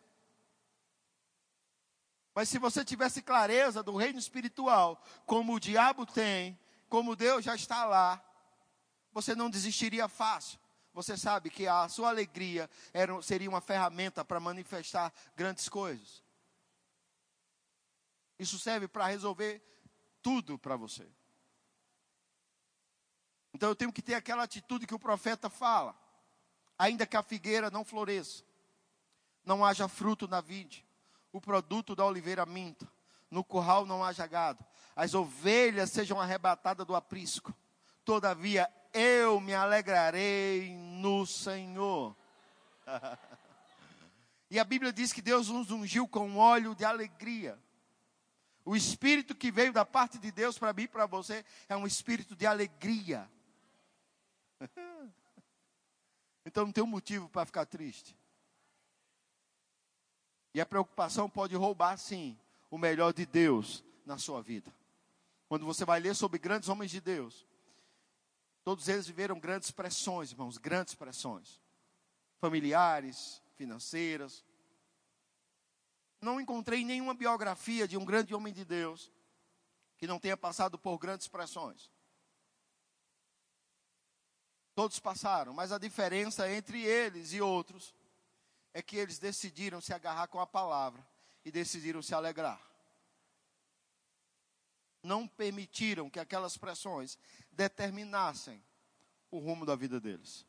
Mas se você tivesse clareza do reino espiritual, como o diabo tem, como Deus já está lá, você não desistiria fácil. Você sabe que a sua alegria seria uma ferramenta para manifestar grandes coisas. Isso serve para resolver tudo para você. Então eu tenho que ter aquela atitude que o profeta fala. Ainda que a figueira não floresça, não haja fruto na vide, o produto da oliveira minta, no curral não haja gado, as ovelhas sejam arrebatadas do aprisco, todavia eu me alegrarei no Senhor. E a Bíblia diz que Deus nos ungiu com óleo de alegria. O espírito que veio da parte de Deus para mim e para você é um espírito de alegria. Então não tem um motivo para ficar triste. E a preocupação pode roubar, sim, o melhor de Deus na sua vida. Quando você vai ler sobre grandes homens de Deus, todos eles viveram grandes pressões, irmãos, grandes pressões. Familiares, financeiras. Não encontrei nenhuma biografia de um grande homem de Deus que não tenha passado por grandes pressões. Todos passaram, mas a diferença entre eles e outros é que eles decidiram se agarrar com a palavra e decidiram se alegrar. Não permitiram que aquelas pressões determinassem o rumo da vida deles.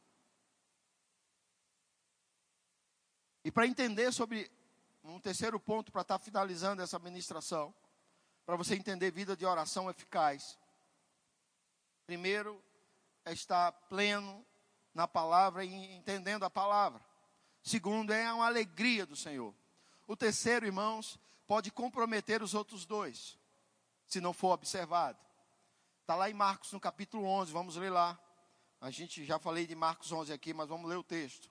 E para entender sobre um terceiro ponto, para estar finalizando essa ministração, para você entender vida de oração eficaz, primeiro é estar pleno na palavra e entendendo a palavra. Segundo, é uma alegria do Senhor. O terceiro, irmãos, pode comprometer os outros dois, se não for observado. Está lá em Marcos, no capítulo 11, vamos ler lá. A gente já falei de Marcos 11 aqui, mas vamos ler o texto.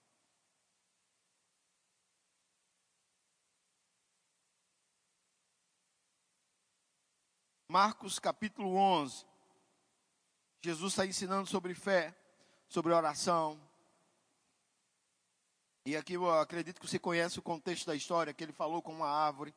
Marcos capítulo 11. Jesus está ensinando sobre fé, sobre oração. E aqui eu acredito que você conhece o contexto da história, que ele falou com uma árvore.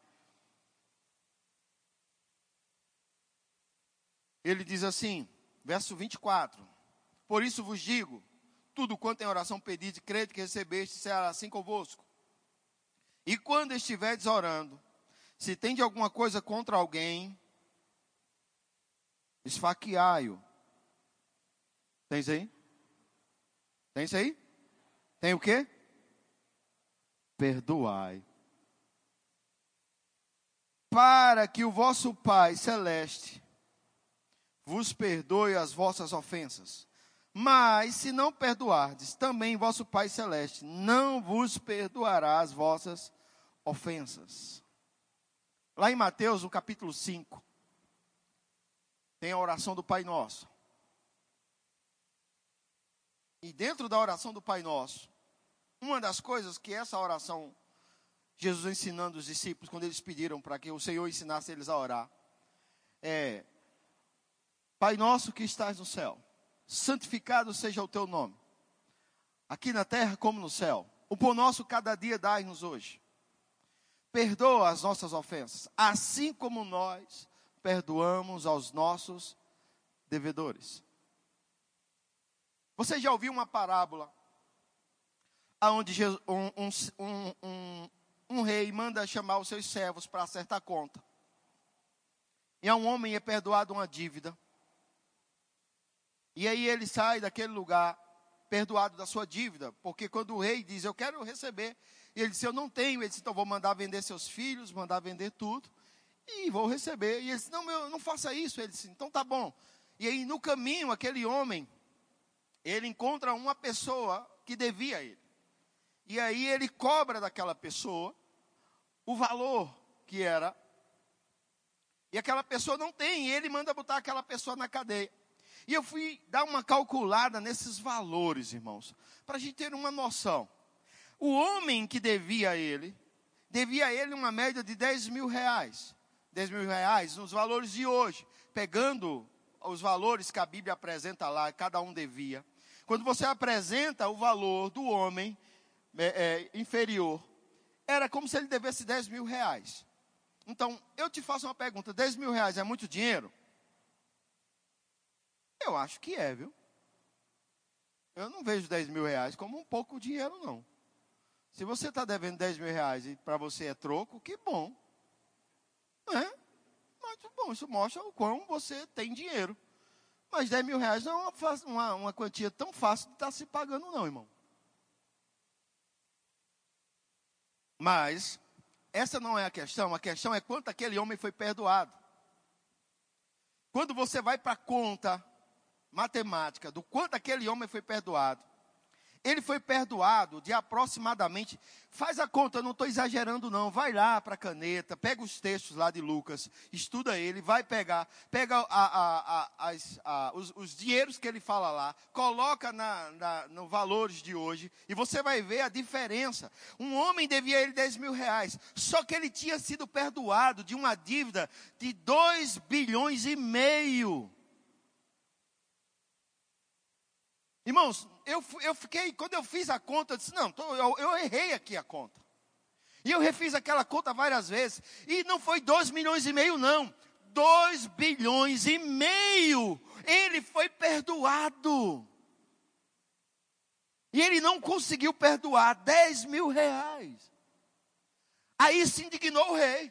Ele diz assim, verso 24. Por isso vos digo, tudo quanto em oração pedis e crede que recebeste, será assim convosco. E quando estiverdes orando, se tendes alguma coisa contra alguém, esfaqueai-o. Tem isso aí? Tem isso aí? Tem o quê? Perdoai. Para que o vosso Pai Celeste vos perdoe as vossas ofensas. Mas se não perdoardes, também vosso Pai Celeste não vos perdoará as vossas ofensas. Lá em Mateus, no capítulo 5, tem a oração do Pai Nosso. E dentro da oração do Pai Nosso, uma das coisas que essa oração, Jesus ensinando os discípulos, quando eles pediram para que o Senhor ensinasse eles a orar, é: Pai nosso que estás no céu, santificado seja o teu nome, aqui na terra como no céu. O pão nosso cada dia dai-nos hoje. Perdoa as nossas ofensas, assim como nós perdoamos aos nossos devedores. Você já ouviu uma parábola onde um rei manda chamar os seus servos para acertar conta? E a um homem é perdoado uma dívida. E aí ele sai daquele lugar perdoado da sua dívida. Porque quando o rei diz, eu quero receber, e ele disse, eu não tenho. Ele disse, então vou mandar vender seus filhos, mandar vender tudo, e vou receber. E ele disse, não faça isso. Ele disse, então tá bom. E aí no caminho, aquele homem, ele encontra uma pessoa que devia a ele. E aí ele cobra daquela pessoa o valor que era. E aquela pessoa não tem, e ele manda botar aquela pessoa na cadeia. E eu fui dar uma calculada nesses valores, irmãos, para a gente ter uma noção. O homem que devia a ele uma média de 10 mil reais. 10 mil reais nos valores de hoje, pegando os valores que a Bíblia apresenta lá, cada um devia. Quando você apresenta o valor do homem inferior, era como se ele devesse 10 mil reais. Então, eu te faço uma pergunta, 10 mil reais é muito dinheiro? Eu acho que é, viu? Eu não vejo 10 mil reais como um pouco dinheiro, não. Se você está devendo 10 mil reais e para você é troco, que bom. É, mas bom, isso mostra o quão você tem dinheiro. Mas 10 mil reais não é uma quantia tão fácil de estar se pagando, não, irmão. Mas essa não é a questão é quanto aquele homem foi perdoado. Quando você vai para a conta matemática do quanto aquele homem foi perdoado, ele foi perdoado de aproximadamente, faz a conta, eu não estou exagerando não, vai lá para a caneta, pega os textos lá de Lucas, estuda ele, pega os dinheiros que ele fala lá, coloca no valores de hoje, e você vai ver a diferença. Um homem devia a ele 10 mil reais, só que ele tinha sido perdoado de uma dívida de 2 bilhões e meio. Irmãos, eu fiquei, quando eu fiz a conta, eu disse, não, eu errei aqui a conta. E eu refiz aquela conta várias vezes, e não foi 2 milhões e meio não, 2 bilhões e meio, ele foi perdoado. E ele não conseguiu perdoar 10 mil reais. Aí se indignou o rei.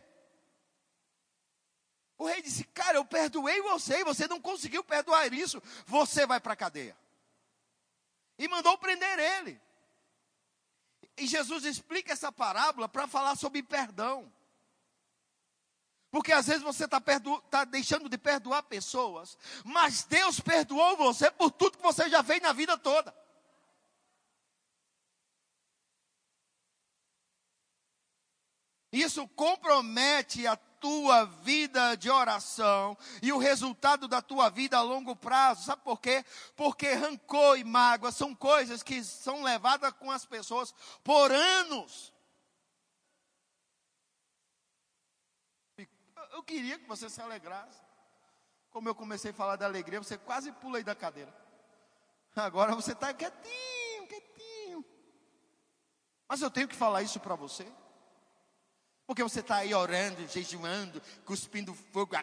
O rei disse: cara, eu perdoei você e você não conseguiu perdoar isso. Você vai para a cadeia. E mandou prender ele. E Jesus explica essa parábola para falar sobre perdão. Porque às vezes você está deixando de perdoar pessoas, mas Deus perdoou você por tudo que você já fez na vida toda. Isso compromete a tua vida de oração e o resultado da tua vida a longo prazo. Sabe por quê? Porque rancor e mágoa são coisas que são levadas com as pessoas por anos. Eu queria que você se alegrasse. Como eu comecei a falar da alegria, você quase pula aí da cadeira. Agora você está quietinho, quietinho. Mas eu tenho que falar isso para você. Porque você está aí orando, jejuando, cuspindo fogo.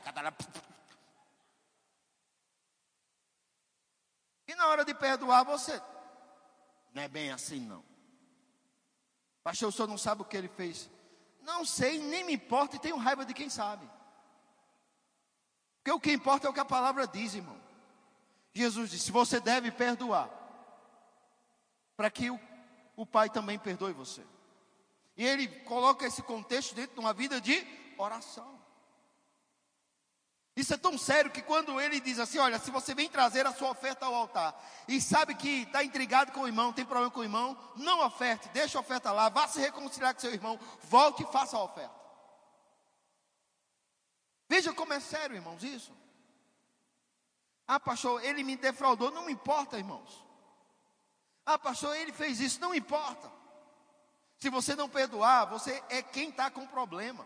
E na hora de perdoar você, não é bem assim não. Pastor, o senhor não sabe o que ele fez. Não sei, nem me importa e tenho raiva de quem sabe. Porque o que importa é o que a palavra diz, irmão. Jesus disse: você deve perdoar, para que o Pai também perdoe você. E ele coloca esse contexto dentro de uma vida de oração. Isso é tão sério que quando ele diz assim: olha, se você vem trazer a sua oferta ao altar e sabe que está intrigado com o irmão, tem problema com o irmão, não oferte, deixa a oferta lá, vá se reconciliar com seu irmão, volte e faça a oferta. Veja como é sério, irmãos, isso. Ah, pastor, ele me defraudou, não importa, irmãos. Ah, pastor, ele fez isso, não importa. Se você não perdoar, você é quem está com problema.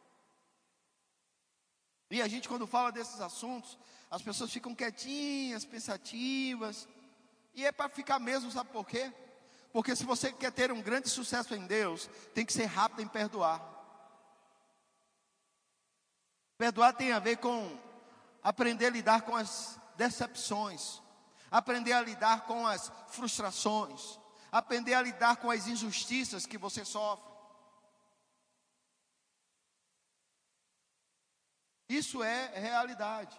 E a gente, quando fala desses assuntos, as pessoas ficam quietinhas, pensativas. E é para ficar mesmo, sabe por quê? Porque se você quer ter um grande sucesso em Deus, tem que ser rápido em perdoar. Perdoar tem a ver com aprender a lidar com as decepções, aprender a lidar com as frustrações, aprender a lidar com as injustiças que você sofre. Isso é realidade.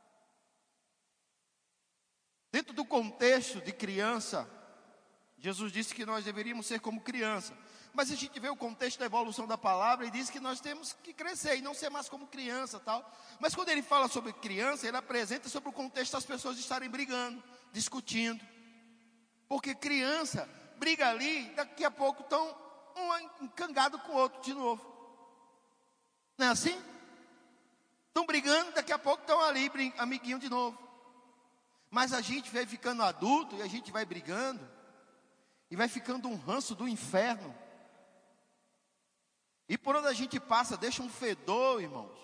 Dentro do contexto de criança, Jesus disse que nós deveríamos ser como criança. Mas a gente vê o contexto da evolução da palavra e diz que nós temos que crescer e não ser mais como criança, tal. Mas quando ele fala sobre criança, ele apresenta sobre o contexto das pessoas estarem brigando, discutindo. Porque criança briga ali, daqui a pouco estão um encangado com o outro de novo. Não é assim? Estão brigando, daqui a pouco estão ali, amiguinho de novo. Mas a gente vai ficando adulto e a gente vai brigando. E vai ficando um ranço do inferno. E por onde a gente passa, deixa um fedor, irmãos.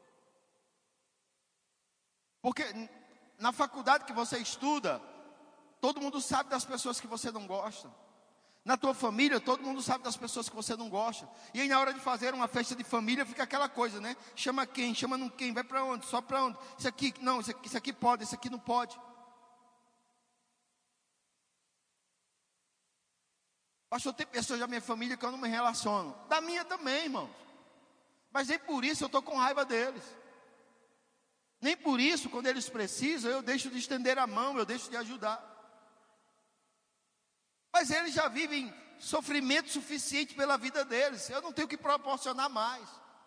Porque na faculdade que você estuda, todo mundo sabe das pessoas que você não gosta. Na tua família, todo mundo sabe das pessoas que você não gosta. E aí na hora de fazer uma festa de família, fica aquela coisa, né? Chama quem, chama não quem, vai para onde, só para onde. Isso aqui, não, isso aqui pode, isso aqui não pode. Pastor, tem pessoas da minha família que eu não me relaciono. Da minha também, irmãos. Mas nem por isso eu estou com raiva deles. Nem por isso, quando eles precisam, eu deixo de estender a mão, eu deixo de ajudar. Mas eles já vivem sofrimento suficiente pela vida deles. Eu não tenho que proporcionar mais.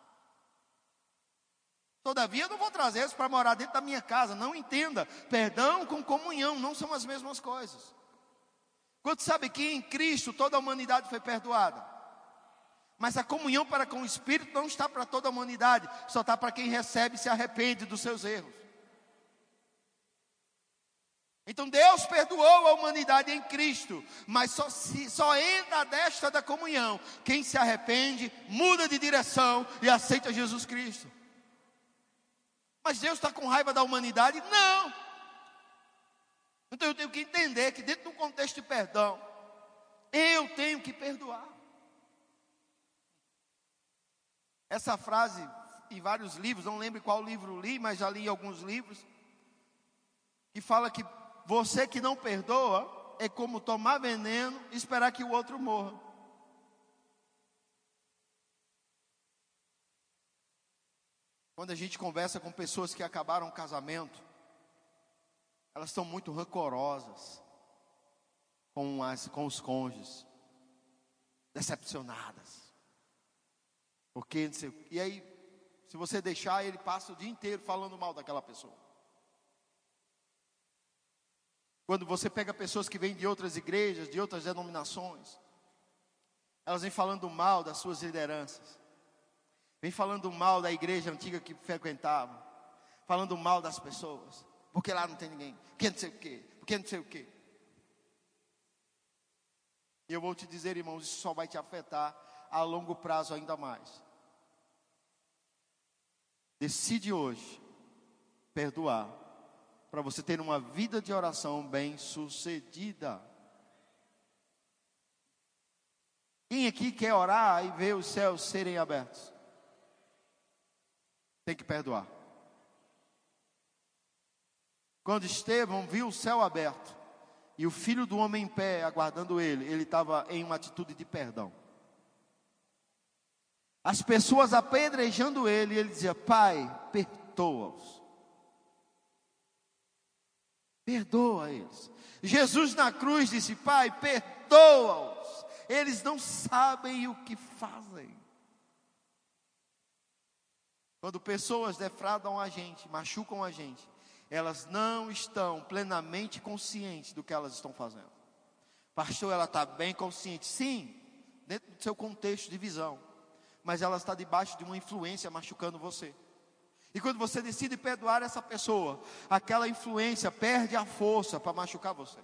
Todavia, eu não vou trazer eles para morar dentro da minha casa. Não entenda. Perdão com comunhão não são as mesmas coisas. Quando sabe que em Cristo toda a humanidade foi perdoada. Mas a comunhão para com o Espírito não está para toda a humanidade. Só está para quem recebe e se arrepende dos seus erros. Então Deus perdoou a humanidade em Cristo, mas só entra a destra da comunhão quem se arrepende, muda de direção e aceita Jesus Cristo. Mas Deus está com raiva da humanidade? Não. Então eu tenho que entender que dentro do contexto de perdão, eu tenho que perdoar. Essa frase em vários livros, não lembro qual livro li, mas já li alguns livros, que fala que você que não perdoa, é como tomar veneno e esperar que o outro morra. Quando a gente conversa com pessoas que acabaram o casamento, elas estão muito rancorosas com os cônjuges, decepcionadas. Porque, e aí, se você deixar, ele passa o dia inteiro falando mal daquela pessoa. Quando você pega pessoas que vêm de outras igrejas, de outras denominações, elas vêm falando mal das suas lideranças, vêm falando mal da igreja antiga que frequentavam, falando mal das pessoas, porque lá não tem ninguém, porque não sei o quê, porque não sei o quê. E eu vou te dizer, irmãos, isso só vai te afetar a longo prazo ainda mais. Decide hoje perdoar, para você ter uma vida de oração bem sucedida. Quem aqui quer orar e ver os céus serem abertos? Tem que perdoar. Quando Estevão viu o céu aberto e o Filho do Homem em pé aguardando ele estava em uma atitude de perdão. As pessoas apedrejando ele dizia: Pai, perdoa-os. Perdoa eles. Jesus na cruz disse: Pai, perdoa-os. Eles não sabem o que fazem. Quando pessoas defraudam a gente, machucam a gente, elas não estão plenamente conscientes do que elas estão fazendo. Pastor, ela está bem consciente. Sim, dentro do seu contexto de visão. Mas ela está debaixo de uma influência machucando você. E quando você decide perdoar essa pessoa, aquela influência perde a força para machucar você.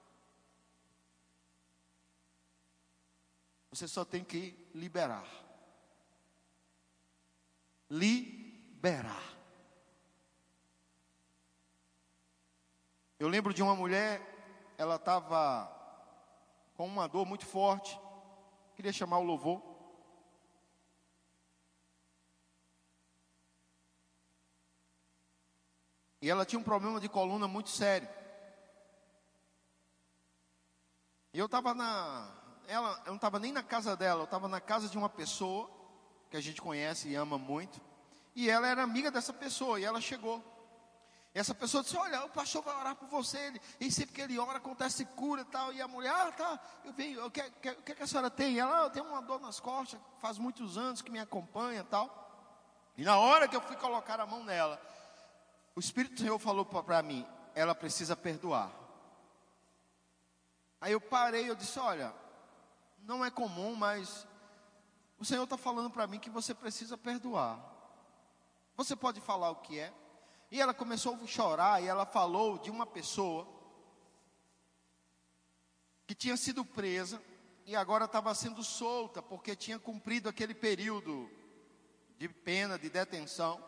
Você só tem que liberar. Liberar. Eu lembro de uma mulher, ela estava com uma dor muito forte, queria chamar o louvor. E ela tinha um problema de coluna muito sério. E eu estava eu não estava nem na casa dela, eu estava na casa de uma pessoa que a gente conhece e ama muito. E ela era amiga dessa pessoa, e ela chegou. E essa pessoa disse: olha, o pastor vai orar por você, e sempre que ele ora acontece cura e tal. E a mulher: tá, eu venho, o que a senhora tem? Ela: eu tenho uma dor nas costas, faz muitos anos que me acompanha e tal. E na hora que eu fui colocar a mão nela, o Espírito do Senhor falou para mim: ela precisa perdoar. Aí eu parei, eu disse: olha, não é comum, mas o Senhor está falando para mim que você precisa perdoar. Você pode falar o que é? E ela começou a chorar, e ela falou de uma pessoa que tinha sido presa e agora estava sendo solta, porque tinha cumprido aquele período de pena, de detenção,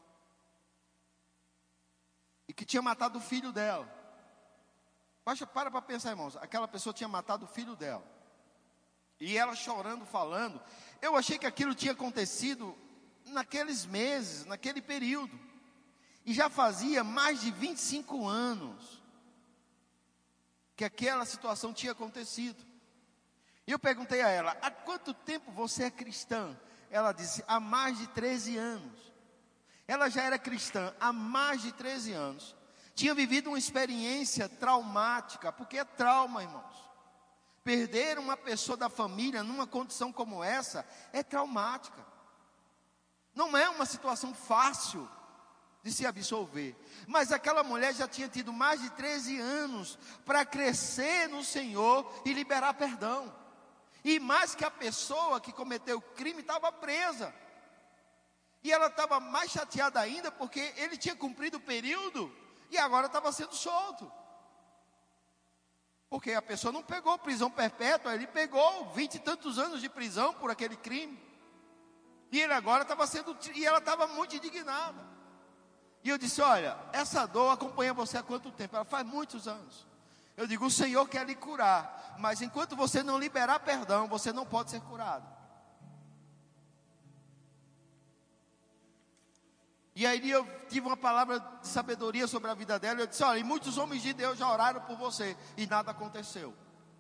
e que tinha matado o filho dela. Para pensar, irmãos, aquela pessoa tinha matado o filho dela, e ela chorando, falando. Eu achei que aquilo tinha acontecido naqueles meses, naquele período, e já fazia mais de 25 anos que aquela situação tinha acontecido. E eu perguntei a ela: há quanto tempo você é cristã? Ela disse: há mais de 13 anos. Ela já era cristã há mais de 13 anos. Tinha vivido uma experiência traumática, porque é trauma, irmãos. Perder uma pessoa da família numa condição como essa é traumática. Não é uma situação fácil de se absolver. Mas aquela mulher já tinha tido mais de 13 anos para crescer no Senhor e liberar perdão. E mais que a pessoa que cometeu o crime estava presa. E ela estava mais chateada ainda porque ele tinha cumprido o período e agora estava sendo solto. Porque a pessoa não pegou prisão perpétua, ele pegou 20 e tantos anos de prisão por aquele crime. E ele agora estava sendo, e ela estava muito indignada. E eu disse: olha, essa dor acompanha você há quanto tempo? Ela: faz muitos anos. Eu digo: o Senhor quer lhe curar, mas enquanto você não liberar perdão, você não pode ser curado. E aí eu tive uma palavra de sabedoria sobre a vida dela. Eu disse: olha, e muitos homens de Deus já oraram por você e nada aconteceu.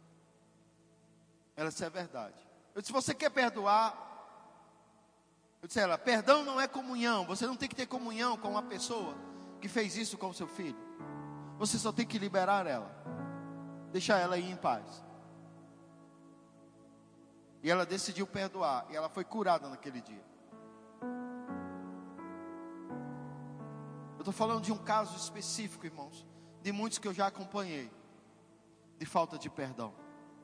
Ela disse: é verdade. Eu disse: você quer perdoar? Eu disse a ela: perdão não é comunhão. Você não tem que ter comunhão com uma pessoa que fez isso com o seu filho. Você só tem que liberar ela, deixar ela ir em paz. E ela decidiu perdoar, e ela foi curada naquele dia. Eu estou falando de um caso específico, irmãos, de muitos que eu já acompanhei, de falta de perdão,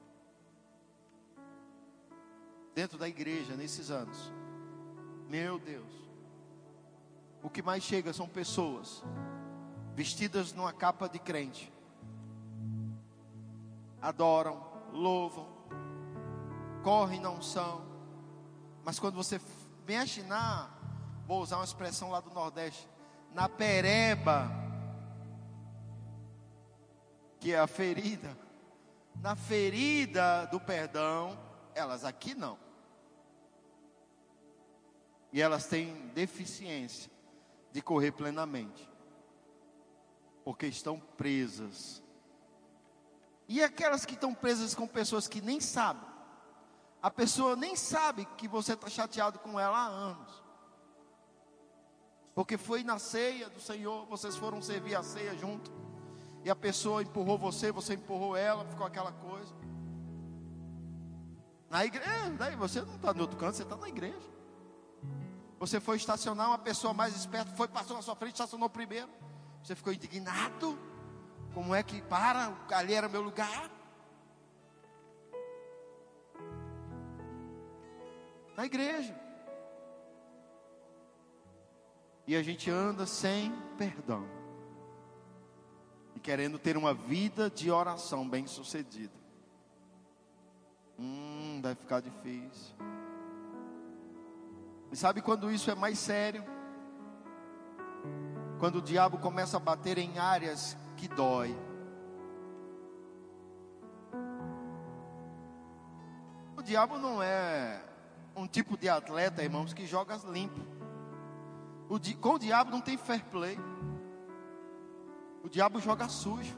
dentro da igreja, nesses anos. Meu Deus, o que mais chega são pessoas vestidas numa capa de crente, adoram, louvam, correm na unção, mas quando você mexe vou usar uma expressão lá do Nordeste, na pereba, que é a ferida, na ferida do perdão, elas aqui não. E elas têm deficiência de correr plenamente, porque estão presas. E aquelas que estão presas com pessoas que nem sabem, a pessoa nem sabe que você está chateado com ela há anos, porque foi na ceia do Senhor, vocês foram servir a ceia junto, e a pessoa empurrou você, você empurrou ela, ficou aquela coisa. Na igreja, daí você não está no outro canto, você está na igreja. Você foi estacionar, uma pessoa mais esperta passou na sua frente, estacionou primeiro. Você ficou indignado. Como é que ali era meu lugar? Na igreja. E a gente anda sem perdão, e querendo ter uma vida de oração bem sucedida. Vai ficar difícil. E sabe quando isso é mais sério? Quando o diabo começa a bater em áreas que dói. O diabo não é um tipo de atleta, irmãos, que joga limpo. Com o diabo não tem fair play. O diabo joga sujo.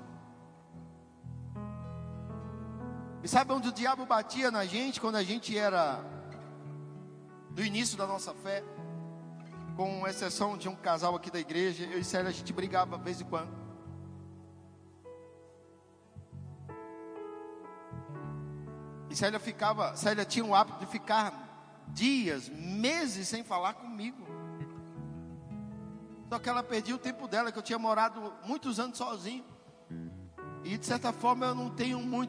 E sabe onde o diabo batia na gente quando a gente era do início da nossa fé? Com exceção de um casal aqui da igreja, eu e Célia, a gente brigava de vez em quando. E Célia tinha o hábito de ficar dias, meses sem falar comigo. Só que ela perdia o tempo dela, que eu tinha morado muitos anos sozinho. E de certa forma eu não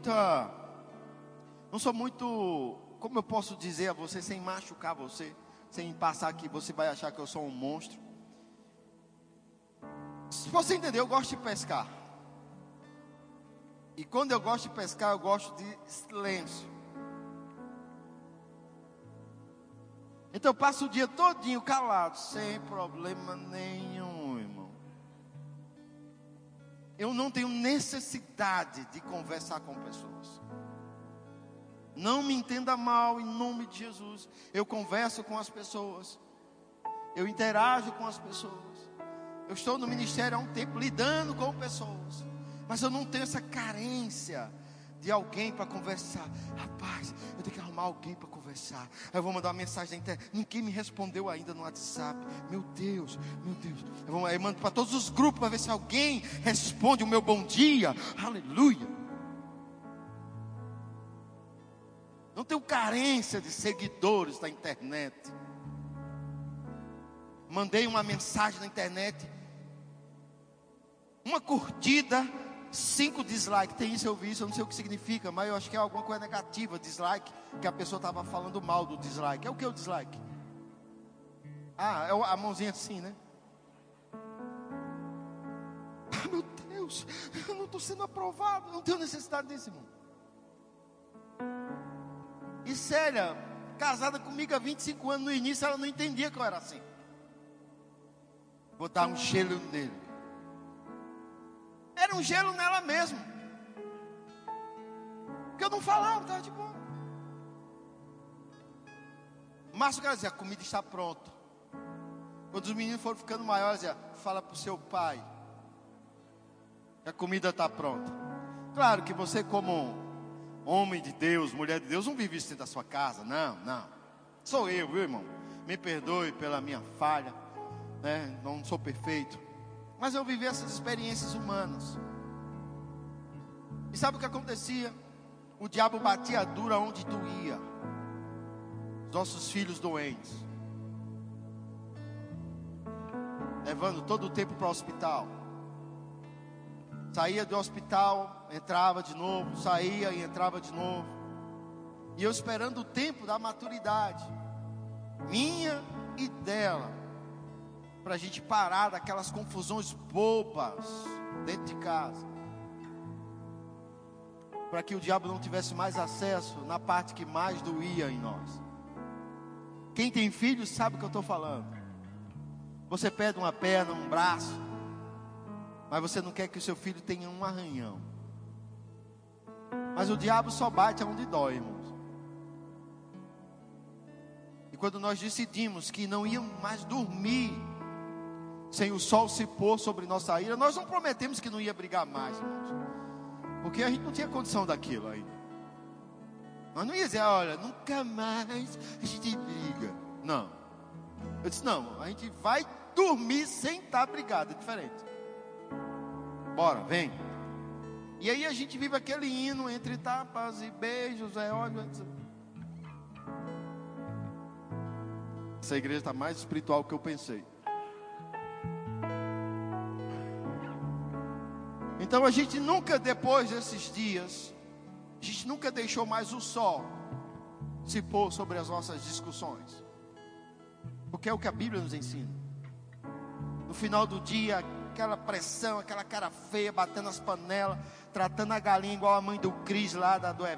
sou muito, como eu posso dizer a você, sem machucar você, sem passar que você vai achar que eu sou um monstro. Se você entender, eu gosto de pescar. E quando eu gosto de pescar, eu gosto de silêncio. Então eu passo o dia todinho calado, sem problema nenhum, irmão. Eu não tenho necessidade de conversar com pessoas. Não me entenda mal, em nome de Jesus. Eu converso com as pessoas, eu interajo com as pessoas. Eu estou no ministério há um tempo, lidando com pessoas, mas eu não tenho essa carência de alguém para conversar. Rapaz, eu tenho que arrumar alguém para conversar. Aí eu vou mandar uma mensagem na internet, ninguém me respondeu ainda no WhatsApp. Meu Deus. Eu mando para todos os grupos para ver se alguém responde o meu bom dia. Aleluia. Não tenho carência de seguidores na internet. Mandei uma mensagem na internet, uma curtida, 5 dislikes. Tem isso, eu vi isso, eu não sei o que significa, mas eu acho que é alguma coisa negativa, dislike, que a pessoa estava falando mal do dislike. É o que o dislike? É a mãozinha assim, né? Meu Deus, eu não estou sendo aprovado, não tenho necessidade disso, irmão. E Célia, casada comigo há 25 anos, no início ela não entendia que eu era assim. Vou dar um gelo nele. Era um gelo nela mesmo, porque eu não falava, estava de boa. Márcio, quer dizer, a comida está pronta. Quando os meninos foram ficando maiores, dizia: fala para o seu pai que a comida está pronta. Claro que você, como homem de Deus, mulher de Deus, não vive isso dentro da sua casa. Não. Sou eu, viu, irmão? Me perdoe pela minha falha, né? Não sou perfeito, mas eu vivi essas experiências humanas. E sabe o que acontecia? O diabo batia dura onde doía. Os nossos filhos doentes, levando todo o tempo para o hospital. Saía do hospital, entrava de novo, saía e entrava de novo. E eu esperando o tempo da maturidade, minha e dela, para a gente parar daquelas confusões bobas dentro de casa, para que o diabo não tivesse mais acesso na parte que mais doía em nós. Quem tem filhos sabe o que eu estou falando. Você perde uma perna, um braço, mas você não quer que o seu filho tenha um arranhão. Mas o diabo só bate onde dói, irmãos. E quando nós decidimos que não íamos mais dormir sem o sol se pôr sobre nossa ira, nós não prometemos que não ia brigar mais, irmãos, porque a gente não tinha condição daquilo ainda. Nós não ia dizer: olha, nunca mais a gente briga. Não. Eu disse: não, a gente vai dormir sem estar brigado, é diferente. Bora, vem. E aí a gente vive aquele hino entre tapas e beijos, olha. Essa igreja está mais espiritual do que eu pensei. Então a gente nunca, depois desses dias, a gente nunca deixou mais o sol se pôr sobre as nossas discussões, porque é o que a Bíblia nos ensina. No final do dia, aquela pressão, aquela cara feia, batendo as panelas, tratando a galinha igual a mãe do Cris lá,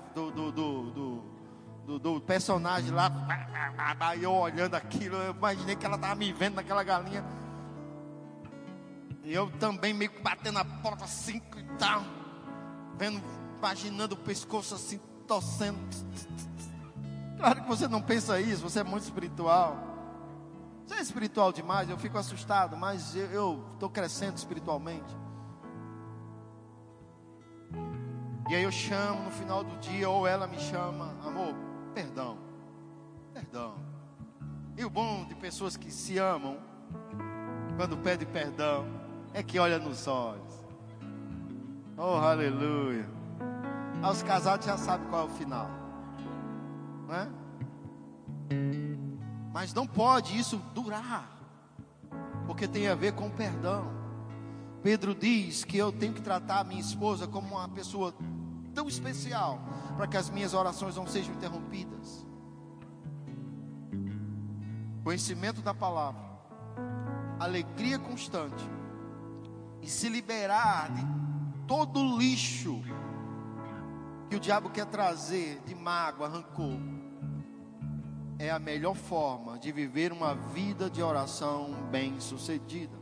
do personagem lá. Aí eu olhando aquilo, eu imaginei que ela estava me vendo naquela galinha. E eu também meio que batendo a porta assim e tal, vendo, imaginando o pescoço assim, torcendo. Claro que você não pensa isso, você é muito espiritual. Você é espiritual demais, eu fico assustado, mas eu estou crescendo espiritualmente. E aí eu chamo no final do dia, ou ela me chama: amor, perdão. E o bom de pessoas que se amam, quando pedem perdão, é que olha nos olhos. Oh, aleluia. Os casados já sabem qual é o final, não é? Mas não pode isso durar, porque tem a ver com perdão. Pedro diz que eu tenho que tratar a minha esposa como uma pessoa tão especial, para que as minhas orações não sejam interrompidas. Conhecimento da palavra, alegria constante, e se liberar de todo o lixo que o diabo quer trazer de mágoa, rancor, é a melhor forma de viver uma vida de oração bem-sucedida.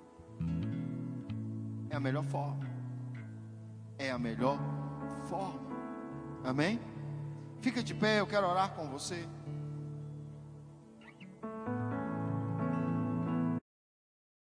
É a melhor forma. É a melhor forma. Amém? Fica de pé, eu quero orar com você.